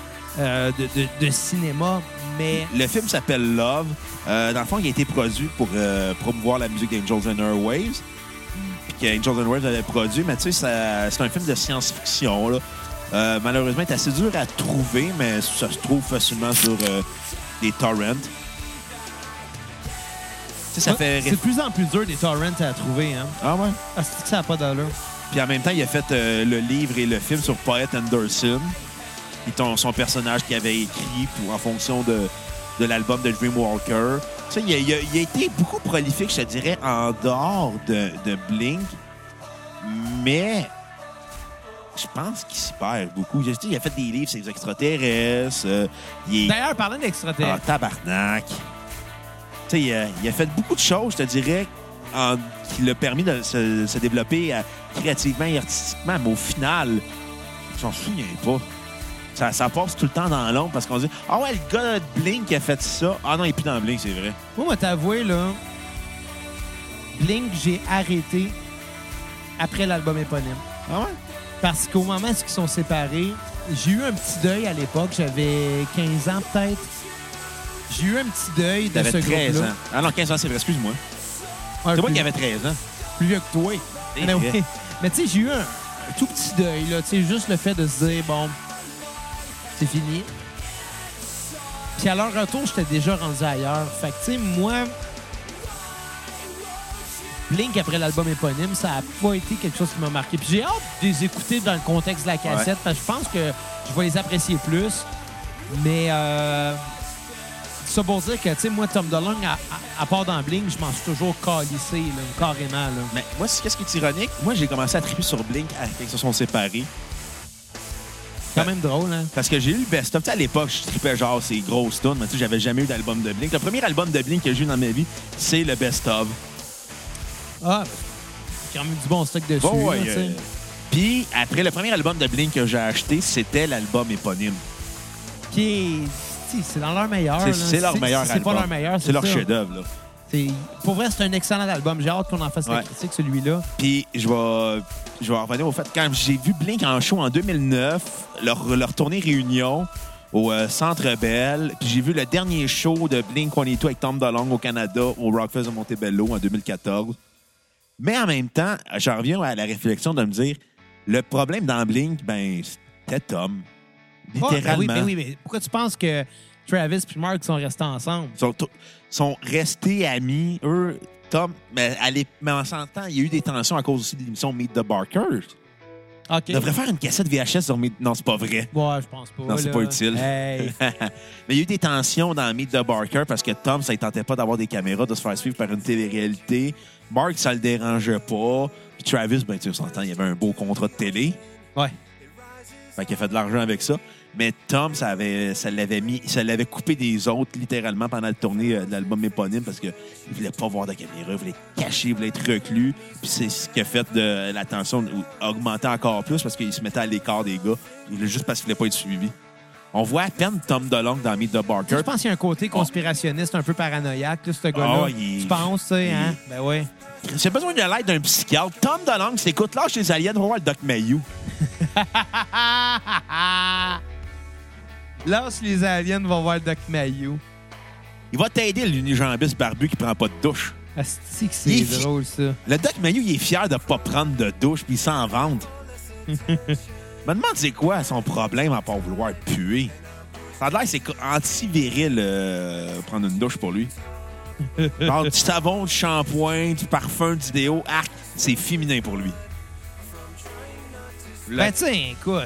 de cinéma, mais... Le film s'appelle Love. Dans le fond, il a été produit pour promouvoir la musique d'Angels and Airwaves. Puis qu'Angels and Airwaves avait produit. Mais tu sais, c'est un film de science-fiction, là. Malheureusement, il est assez dur à trouver, mais ça se trouve facilement sur des torrents. Tu sais, ça fait... C'est de plus en plus dur des torrents à trouver, hein? Ah ouais? Ah, c'est que ça n'a pas d'allure. Puis en même temps, il a fait le livre et le film sur Poet Anderson, qui est son personnage qu'il avait écrit en fonction de l'album de Dreamwalker. Tu sais, il a été beaucoup prolifique, je te dirais, en dehors de Blink, mais je pense qu'il s'y perd beaucoup. Je sais, il a fait des livres sur les extraterrestres. D'ailleurs, parlant Ah, d'extraterrestres, tabarnak! Tu sais, il a fait beaucoup de choses, je te dirais, qui l'a permis de se développer créativement et artistiquement, mais au final, je m'en souviens pas. Tu Ça passe tout le temps dans l'ombre parce qu'on dit « Ah ouais, le gars de Blink qui a fait ça. » Ah non, il est plus dans Blink, c'est vrai. Moi, t'avouer, là, Blink, j'ai arrêté après l'album éponyme. Ah ouais? Parce qu'au moment où ils sont séparés, j'ai eu un petit deuil à l'époque. J'avais 15 ans, peut-être. J'ai eu un petit deuil de T'avais ce 13 groupe-là. ans. Ah non, 15 ans, c'est vrai, excuse-moi. C'est moi qui avais 13 ans. Plus vieux que toi. C'est Mais, vrai. oui. Mais tu sais, j'ai eu un tout petit deuil, là. Tu sais, juste le fait de se dire, bon, c'est fini. Puis à leur retour, j'étais déjà rendu ailleurs. Fait que, tu sais, moi, Blink, après l'album éponyme, ça n'a pas été quelque chose qui m'a marqué. Puis j'ai hâte de les écouter dans le contexte de la cassette, parce que je pense que je vais les apprécier plus. Mais ça pour dire que, tu sais, moi, Tom DeLonge, à part dans Blink, je m'en suis toujours calissé, là, carrément. Là. Mais moi, qu'est-ce qui est ironique? Moi, j'ai commencé à triper sur Blink quand ils se sont séparés. C'est quand même drôle, hein? Parce que j'ai eu le best-of. Tu sais, à l'époque, je tripais genre ces grosses tunes, mais tu sais, j'avais jamais eu d'album de Blink. Le premier album de Blink que j'ai eu dans ma vie, c'est le best-of. Ah, j'ai quand même du bon stock dessus. Bon, là, tu sais. Puis, après, le premier album de Blink que j'ai acheté, c'était l'album éponyme. Qui est... C'est dans leur meilleur. C'est leur meilleur album. C'est pas leur meilleur, c'est leur ça. chef-d'œuvre, là. Pour vrai, c'est un excellent album. J'ai hâte qu'on en fasse la critique, celui-là. Puis, je vais revenir au fait, quand j'ai vu Blink en show en 2009, leur tournée réunion au Centre Bell, puis j'ai vu le dernier show de Blink-182 avec Tom DeLonge au Canada, au Rockfest de Montebello en 2014. Mais en même temps, j'en reviens à la réflexion de me dire, le problème dans Blink, ben, c'était Tom. Littéralement. Ben oui, mais pourquoi tu penses que Travis et Mark sont restés ensemble? Ils sont restés amis. Eux, Tom, mais en s'entend, il y a eu des tensions à cause aussi de l'émission Meet the Barkers. OK. On devrait faire une cassette VHS sur Meet... Non, c'est pas vrai. Ouais, je pense pas. Non, c'est là. pas utile. Hey. Mais il y a eu des tensions dans Meet the Barker parce que Tom, ça ne tentait pas d'avoir des caméras, de se faire suivre par une télé-réalité. Mark, ça le dérangeait pas. Puis Travis, ben, tu s'entends, il y avait un beau contrat de télé. Ouais. Fait qu'il a fait de l'argent avec ça. Mais Tom, ça l'avait coupé des autres, littéralement, pendant la tournée de l'album éponyme parce qu'il voulait pas voir de caméra, il voulait être caché, il voulait être reclus. Puis c'est ce qui a fait de la tension augmenter encore plus parce qu'il se mettait à l'écart des gars, juste parce qu'il voulait pas être suivi. On voit à peine Tom DeLonge dans Meet the Barker. Je pense qu'il y a un côté conspirationniste un peu paranoïaque, là, ce gars-là. Tu penses, tu sais, hein? Ben oui. J'ai besoin de l'aide d'un psychiatre. Tom DeLonge, écoute, lâche les aliens, va voir le Doc Mayhew. Lâche les aliens, va voir le Doc Mayhew. Il va t'aider, l'unijambiste barbu qui prend pas de douche. Asti que c'est drôle, ça. Le Doc Mayhew, il est fier de pas prendre de douche puis il s'en vante. Je me demande c'est quoi son problème à pas vouloir puer. Ça a l'air que c'est anti-viril prendre une douche pour lui. Genre du savon, du shampoing, du parfum, du déo, arc, c'est féminin pour lui. Ben tiens, écoute.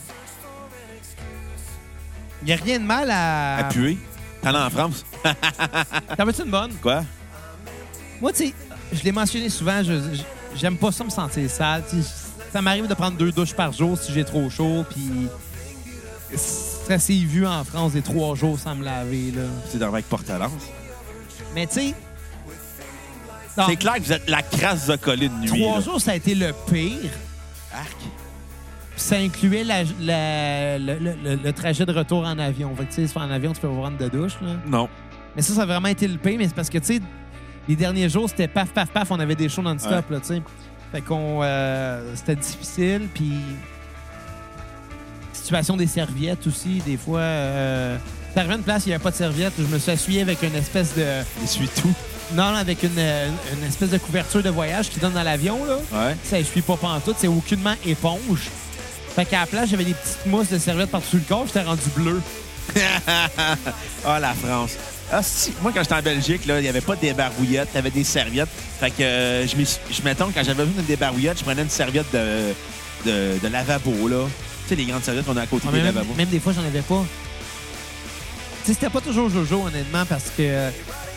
Il n'y a rien de mal À puer. T'en as en France? T'en veux-tu une bonne? Quoi? Moi, tu sais, je l'ai mentionné souvent, j'aime pas ça me sentir sale. T'sais, ça m'arrive de prendre 2 douches par jour si j'ai trop chaud, puis ça s'est vu en France des 3 jours sans me laver, là. C'est d'arriver avec porte-à-lance. Mais tu sais... C'est clair que vous êtes la crasse de coller de nuit. 3 là. jours, ça a été le pire. Arc. Puis ça incluait le trajet de retour en avion. Fait que, tu sais, en avion, tu peux prendre de douche, là. Non. Mais ça a vraiment été le pire, mais c'est parce que, tu sais, les derniers jours, c'était paf, paf, paf, on avait des shows non-stop, là, tu sais. Fait qu'on... c'était difficile, puis... Situation des serviettes aussi, des fois... T'arrives à une place, il n'y avait pas de serviette. Je me suis essuyé avec une espèce de... Essuie tout. Non, avec une espèce de couverture de voyage qui donne dans l'avion, là. Ouais. Ça essuie pas pantoute, c'est aucunement éponge. Fait qu'à la place, j'avais des petites mousses de serviettes par-dessus le corps, j'étais rendu bleu. Ah, la France. Ah, si. Moi, quand j'étais en Belgique, là, il n'y avait pas de débarouillettes, t'avais des serviettes. Fait que mettons, quand j'avais besoin d'une débarouillette, je prenais une serviette de lavabo, là. Tu sais, les grandes serviettes qu'on a à côté des lavabos. Même des fois, j'en avais pas. Tu sais, c'était pas toujours Jojo, honnêtement, parce que...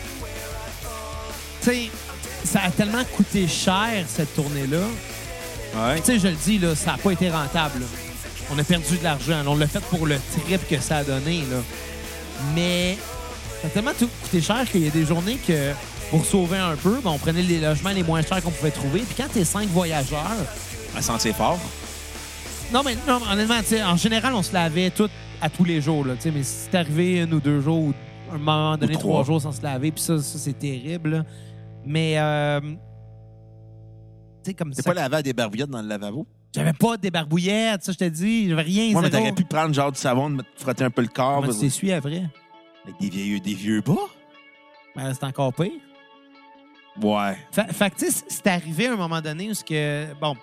Tu sais, ça a tellement coûté cher, cette tournée-là. Ouais. Tu sais, je le dis, là, ça n'a pas été rentable, là. On a perdu de l'argent. On l'a fait pour le trip que ça a donné, là. Mais ça a tellement coûté cher qu'il y a des journées que, pour sauver un peu, ben, on prenait les logements les moins chers qu'on pouvait trouver. Puis quand t'es 5 voyageurs... À sentir fort. Non, mais non, honnêtement, tu sais, en général, on se lavait tout à tous les jours, là, mais si c'est arrivé 1 ou 2 jours, ou à un moment donné, 3 jours sans se laver, puis ça c'est terrible. Là. Mais, tu sais, comme ça. C'est pas lavé à des barbouillettes dans le lavabo? J'avais pas de barbouillettes, ça, je te dis. J'avais rien. Moi, mais zéro. t'aurais pu prendre genre du savon, de frotter un peu le corps. Comment tu t'essuies après? Avec des vieux bas? Ben, c'est encore pire. Ouais. Fait que, tu sais, c'est arrivé à un moment donné où bon.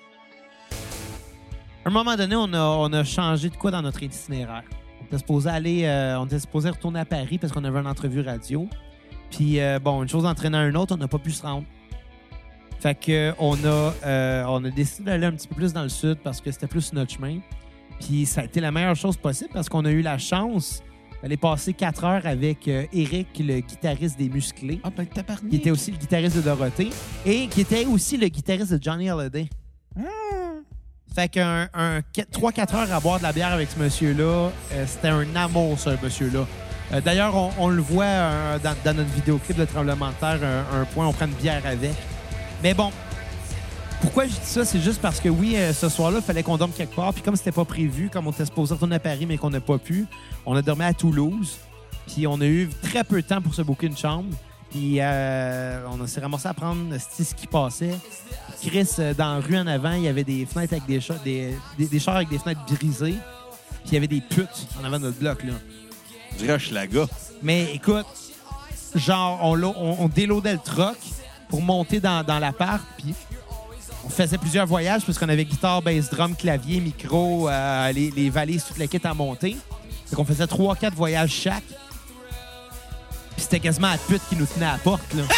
À un moment donné, on a changé de quoi dans notre itinéraire. On était supposé retourner à Paris parce qu'on avait une entrevue radio. Puis, bon, une chose entraînant une autre, on n'a pas pu se rendre. Fait que on a décidé d'aller un petit peu plus dans le sud parce que c'était plus notre chemin. Puis ça a été la meilleure chose possible parce qu'on a eu la chance d'aller passer 4 heures avec Eric, le guitariste des Musclés. Ah, ben, tabarnak. Qui était aussi le guitariste de Dorothée et qui était aussi le guitariste de Johnny Hallyday. Fait qu'un 3-4 heures à boire de la bière avec ce monsieur-là, c'était un amour, ce monsieur-là. D'ailleurs, on le voit dans notre vidéoclip de tremblement de terre, un point, on prend une bière avec. Mais bon, pourquoi je dis ça? C'est juste parce que oui, ce soir-là, il fallait qu'on dorme quelque part. Puis comme c'était pas prévu, comme on était supposé retourner à Paris, mais qu'on n'a pas pu, on a dormi à Toulouse. Puis on a eu très peu de temps pour se booker une chambre. Puis on s'est ramassé à prendre ce qui passait. Chris, dans la rue en avant, il y avait des fenêtres avec des chars avec des fenêtres brisées. Puis il y avait des putes en avant de notre bloc, là. Je dirais Hochelaga. Mais écoute, genre, on déloadait le truck pour monter dans l'appart, puis on faisait plusieurs voyages parce qu'on avait guitare, bass, drum, clavier, micro, les valises, toute la kit à monter. Fait qu'on faisait 3-4 voyages chaque. Puis c'était quasiment la pute qui nous tenait à la porte, là.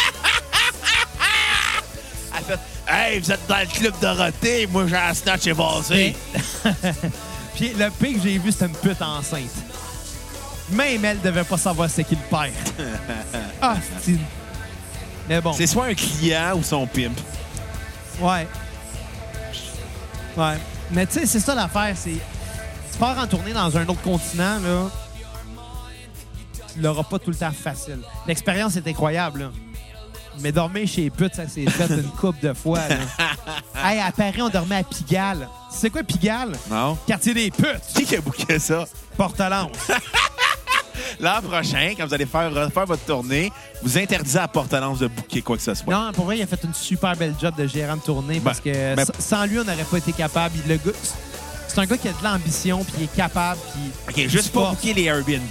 Elle fait « Hey, vous êtes dans le club Dorothée, moi j'ai un snatch et basé. » Puis le pire que j'ai vu, c'était une pute enceinte. Même elle devait pas savoir c'est qui le père. Ah, c'est... Mais bon. C'est soit un client ou son pimp. Ouais. Ouais. Mais tu sais, c'est ça l'affaire, c'est... Tu pars en tournée dans un autre continent, là, tu l'auras pas tout le temps facile. L'expérience est incroyable, là. Mais dormir chez les putes, ça s'est fait une couple de fois, là. Hey, à Paris, on dormait à Pigalle. C'est quoi Pigalle? Non. Quartier des putes. Qui a booké ça? Porte-Lance. L'an prochain, quand vous allez refaire votre tournée, vous interdisez à Porte-Lance de booker quoi que ce soit. Non, pour vrai, il a fait une super belle job de gérant de tournée parce que sans lui, on n'aurait pas été capable. Le gars, c'est un gars qui a de l'ambition puis il est capable. Puis OK, juste pour booker les Airbnb.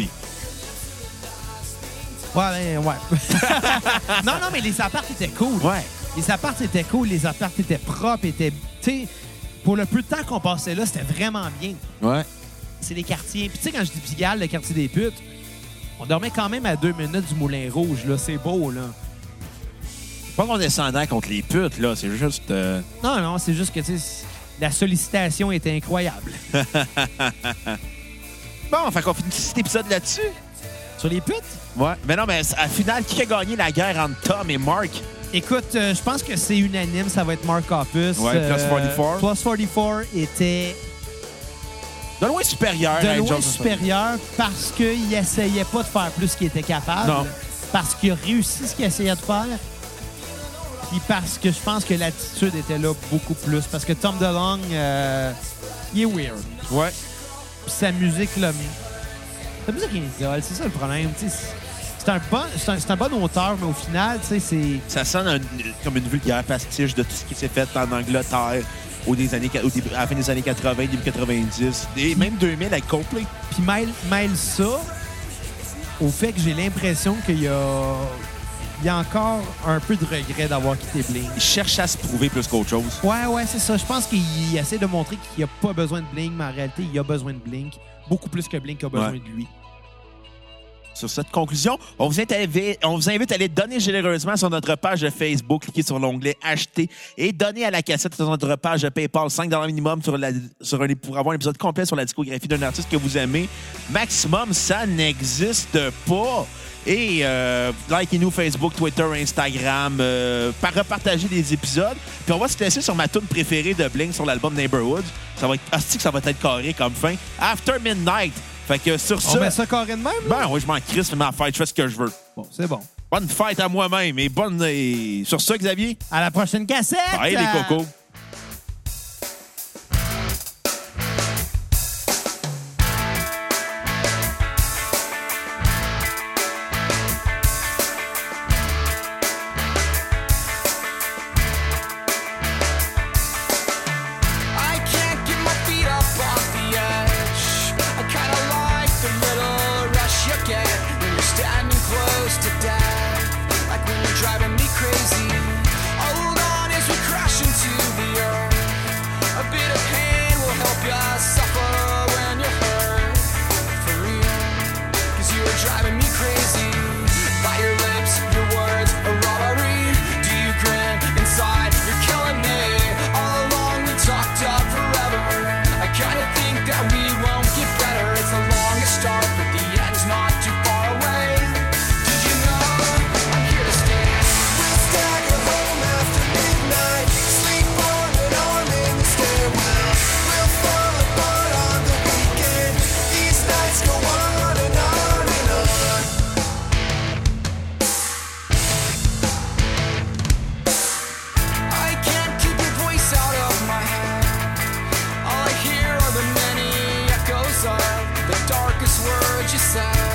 Ouais. non, mais les apparts étaient cool. Ouais. Les apparts étaient cool, les apparts étaient propres, tu sais, pour le peu de temps qu'on passait là, c'était vraiment bien. Ouais. C'est les quartiers. Puis tu sais, quand je dis Pigalle, le quartier des putes, on dormait quand même à 2 minutes du Moulin Rouge, là. C'est beau, là. Pas qu'on descendait contre les putes, là. C'est juste... Non, c'est juste que, tu sais, la sollicitation était incroyable. Bon, fait qu'on finit cet épisode là-dessus. Sur les putes? Ouais. Mais non, mais à la finale, qui a gagné la guerre entre Tom et Mark? Écoute, je pense que c'est unanime. Ça va être Mark Hoppus. Ouais, Plus 44. Plus 44 était... De loin supérieur. De loin supérieur parce qu'il essayait pas de faire plus qu'il était capable. Non. Parce qu'il a réussi ce qu'il essayait de faire. Puis parce que je pense que l'attitude était là beaucoup plus. Parce que Tom DeLonge, il est weird. Ouais. Puis sa musique, là... Sa musique est idole, c'est ça le problème. C'est un bon auteur, mais au final, tu sais, c'est... Ça sonne comme une vulgaire pastiche de tout ce qui s'est fait en Angleterre à la fin des années 80, début 90, et même 2000 avec Coldplay. Puis mêle ça au fait que j'ai l'impression qu'il y a encore un peu de regret d'avoir quitté Blink. Il cherche à se prouver plus qu'autre chose. Ouais, c'est ça. Je pense qu'il essaie de montrer qu'il n'a pas besoin de Blink, mais en réalité, il a besoin de Blink. Beaucoup plus que Blink a besoin de lui. Sur cette conclusion, on vous invite à aller donner généreusement sur notre page de Facebook, cliquez sur l'onglet « Acheter » et donner à la cassette sur notre page de PayPal, $5 minimum pour avoir un épisode complet sur la discographie d'un artiste que vous aimez. Maximum, ça n'existe pas. Et likez-nous Facebook, Twitter, Instagram, repartagez des épisodes. Puis on va se laisser sur ma tune préférée de Blink sur l'album Neighborhood. Ça va être carré comme fin. After Midnight. Fait que sur ça... On met ça carré de même? Ben oui, je m'en crisse, mais ma fête, je fais ce que je veux. Bon, c'est bon. Bonne fête à moi-même et sur ça, Xavier. À la prochaine cassette! Bye les cocos! side.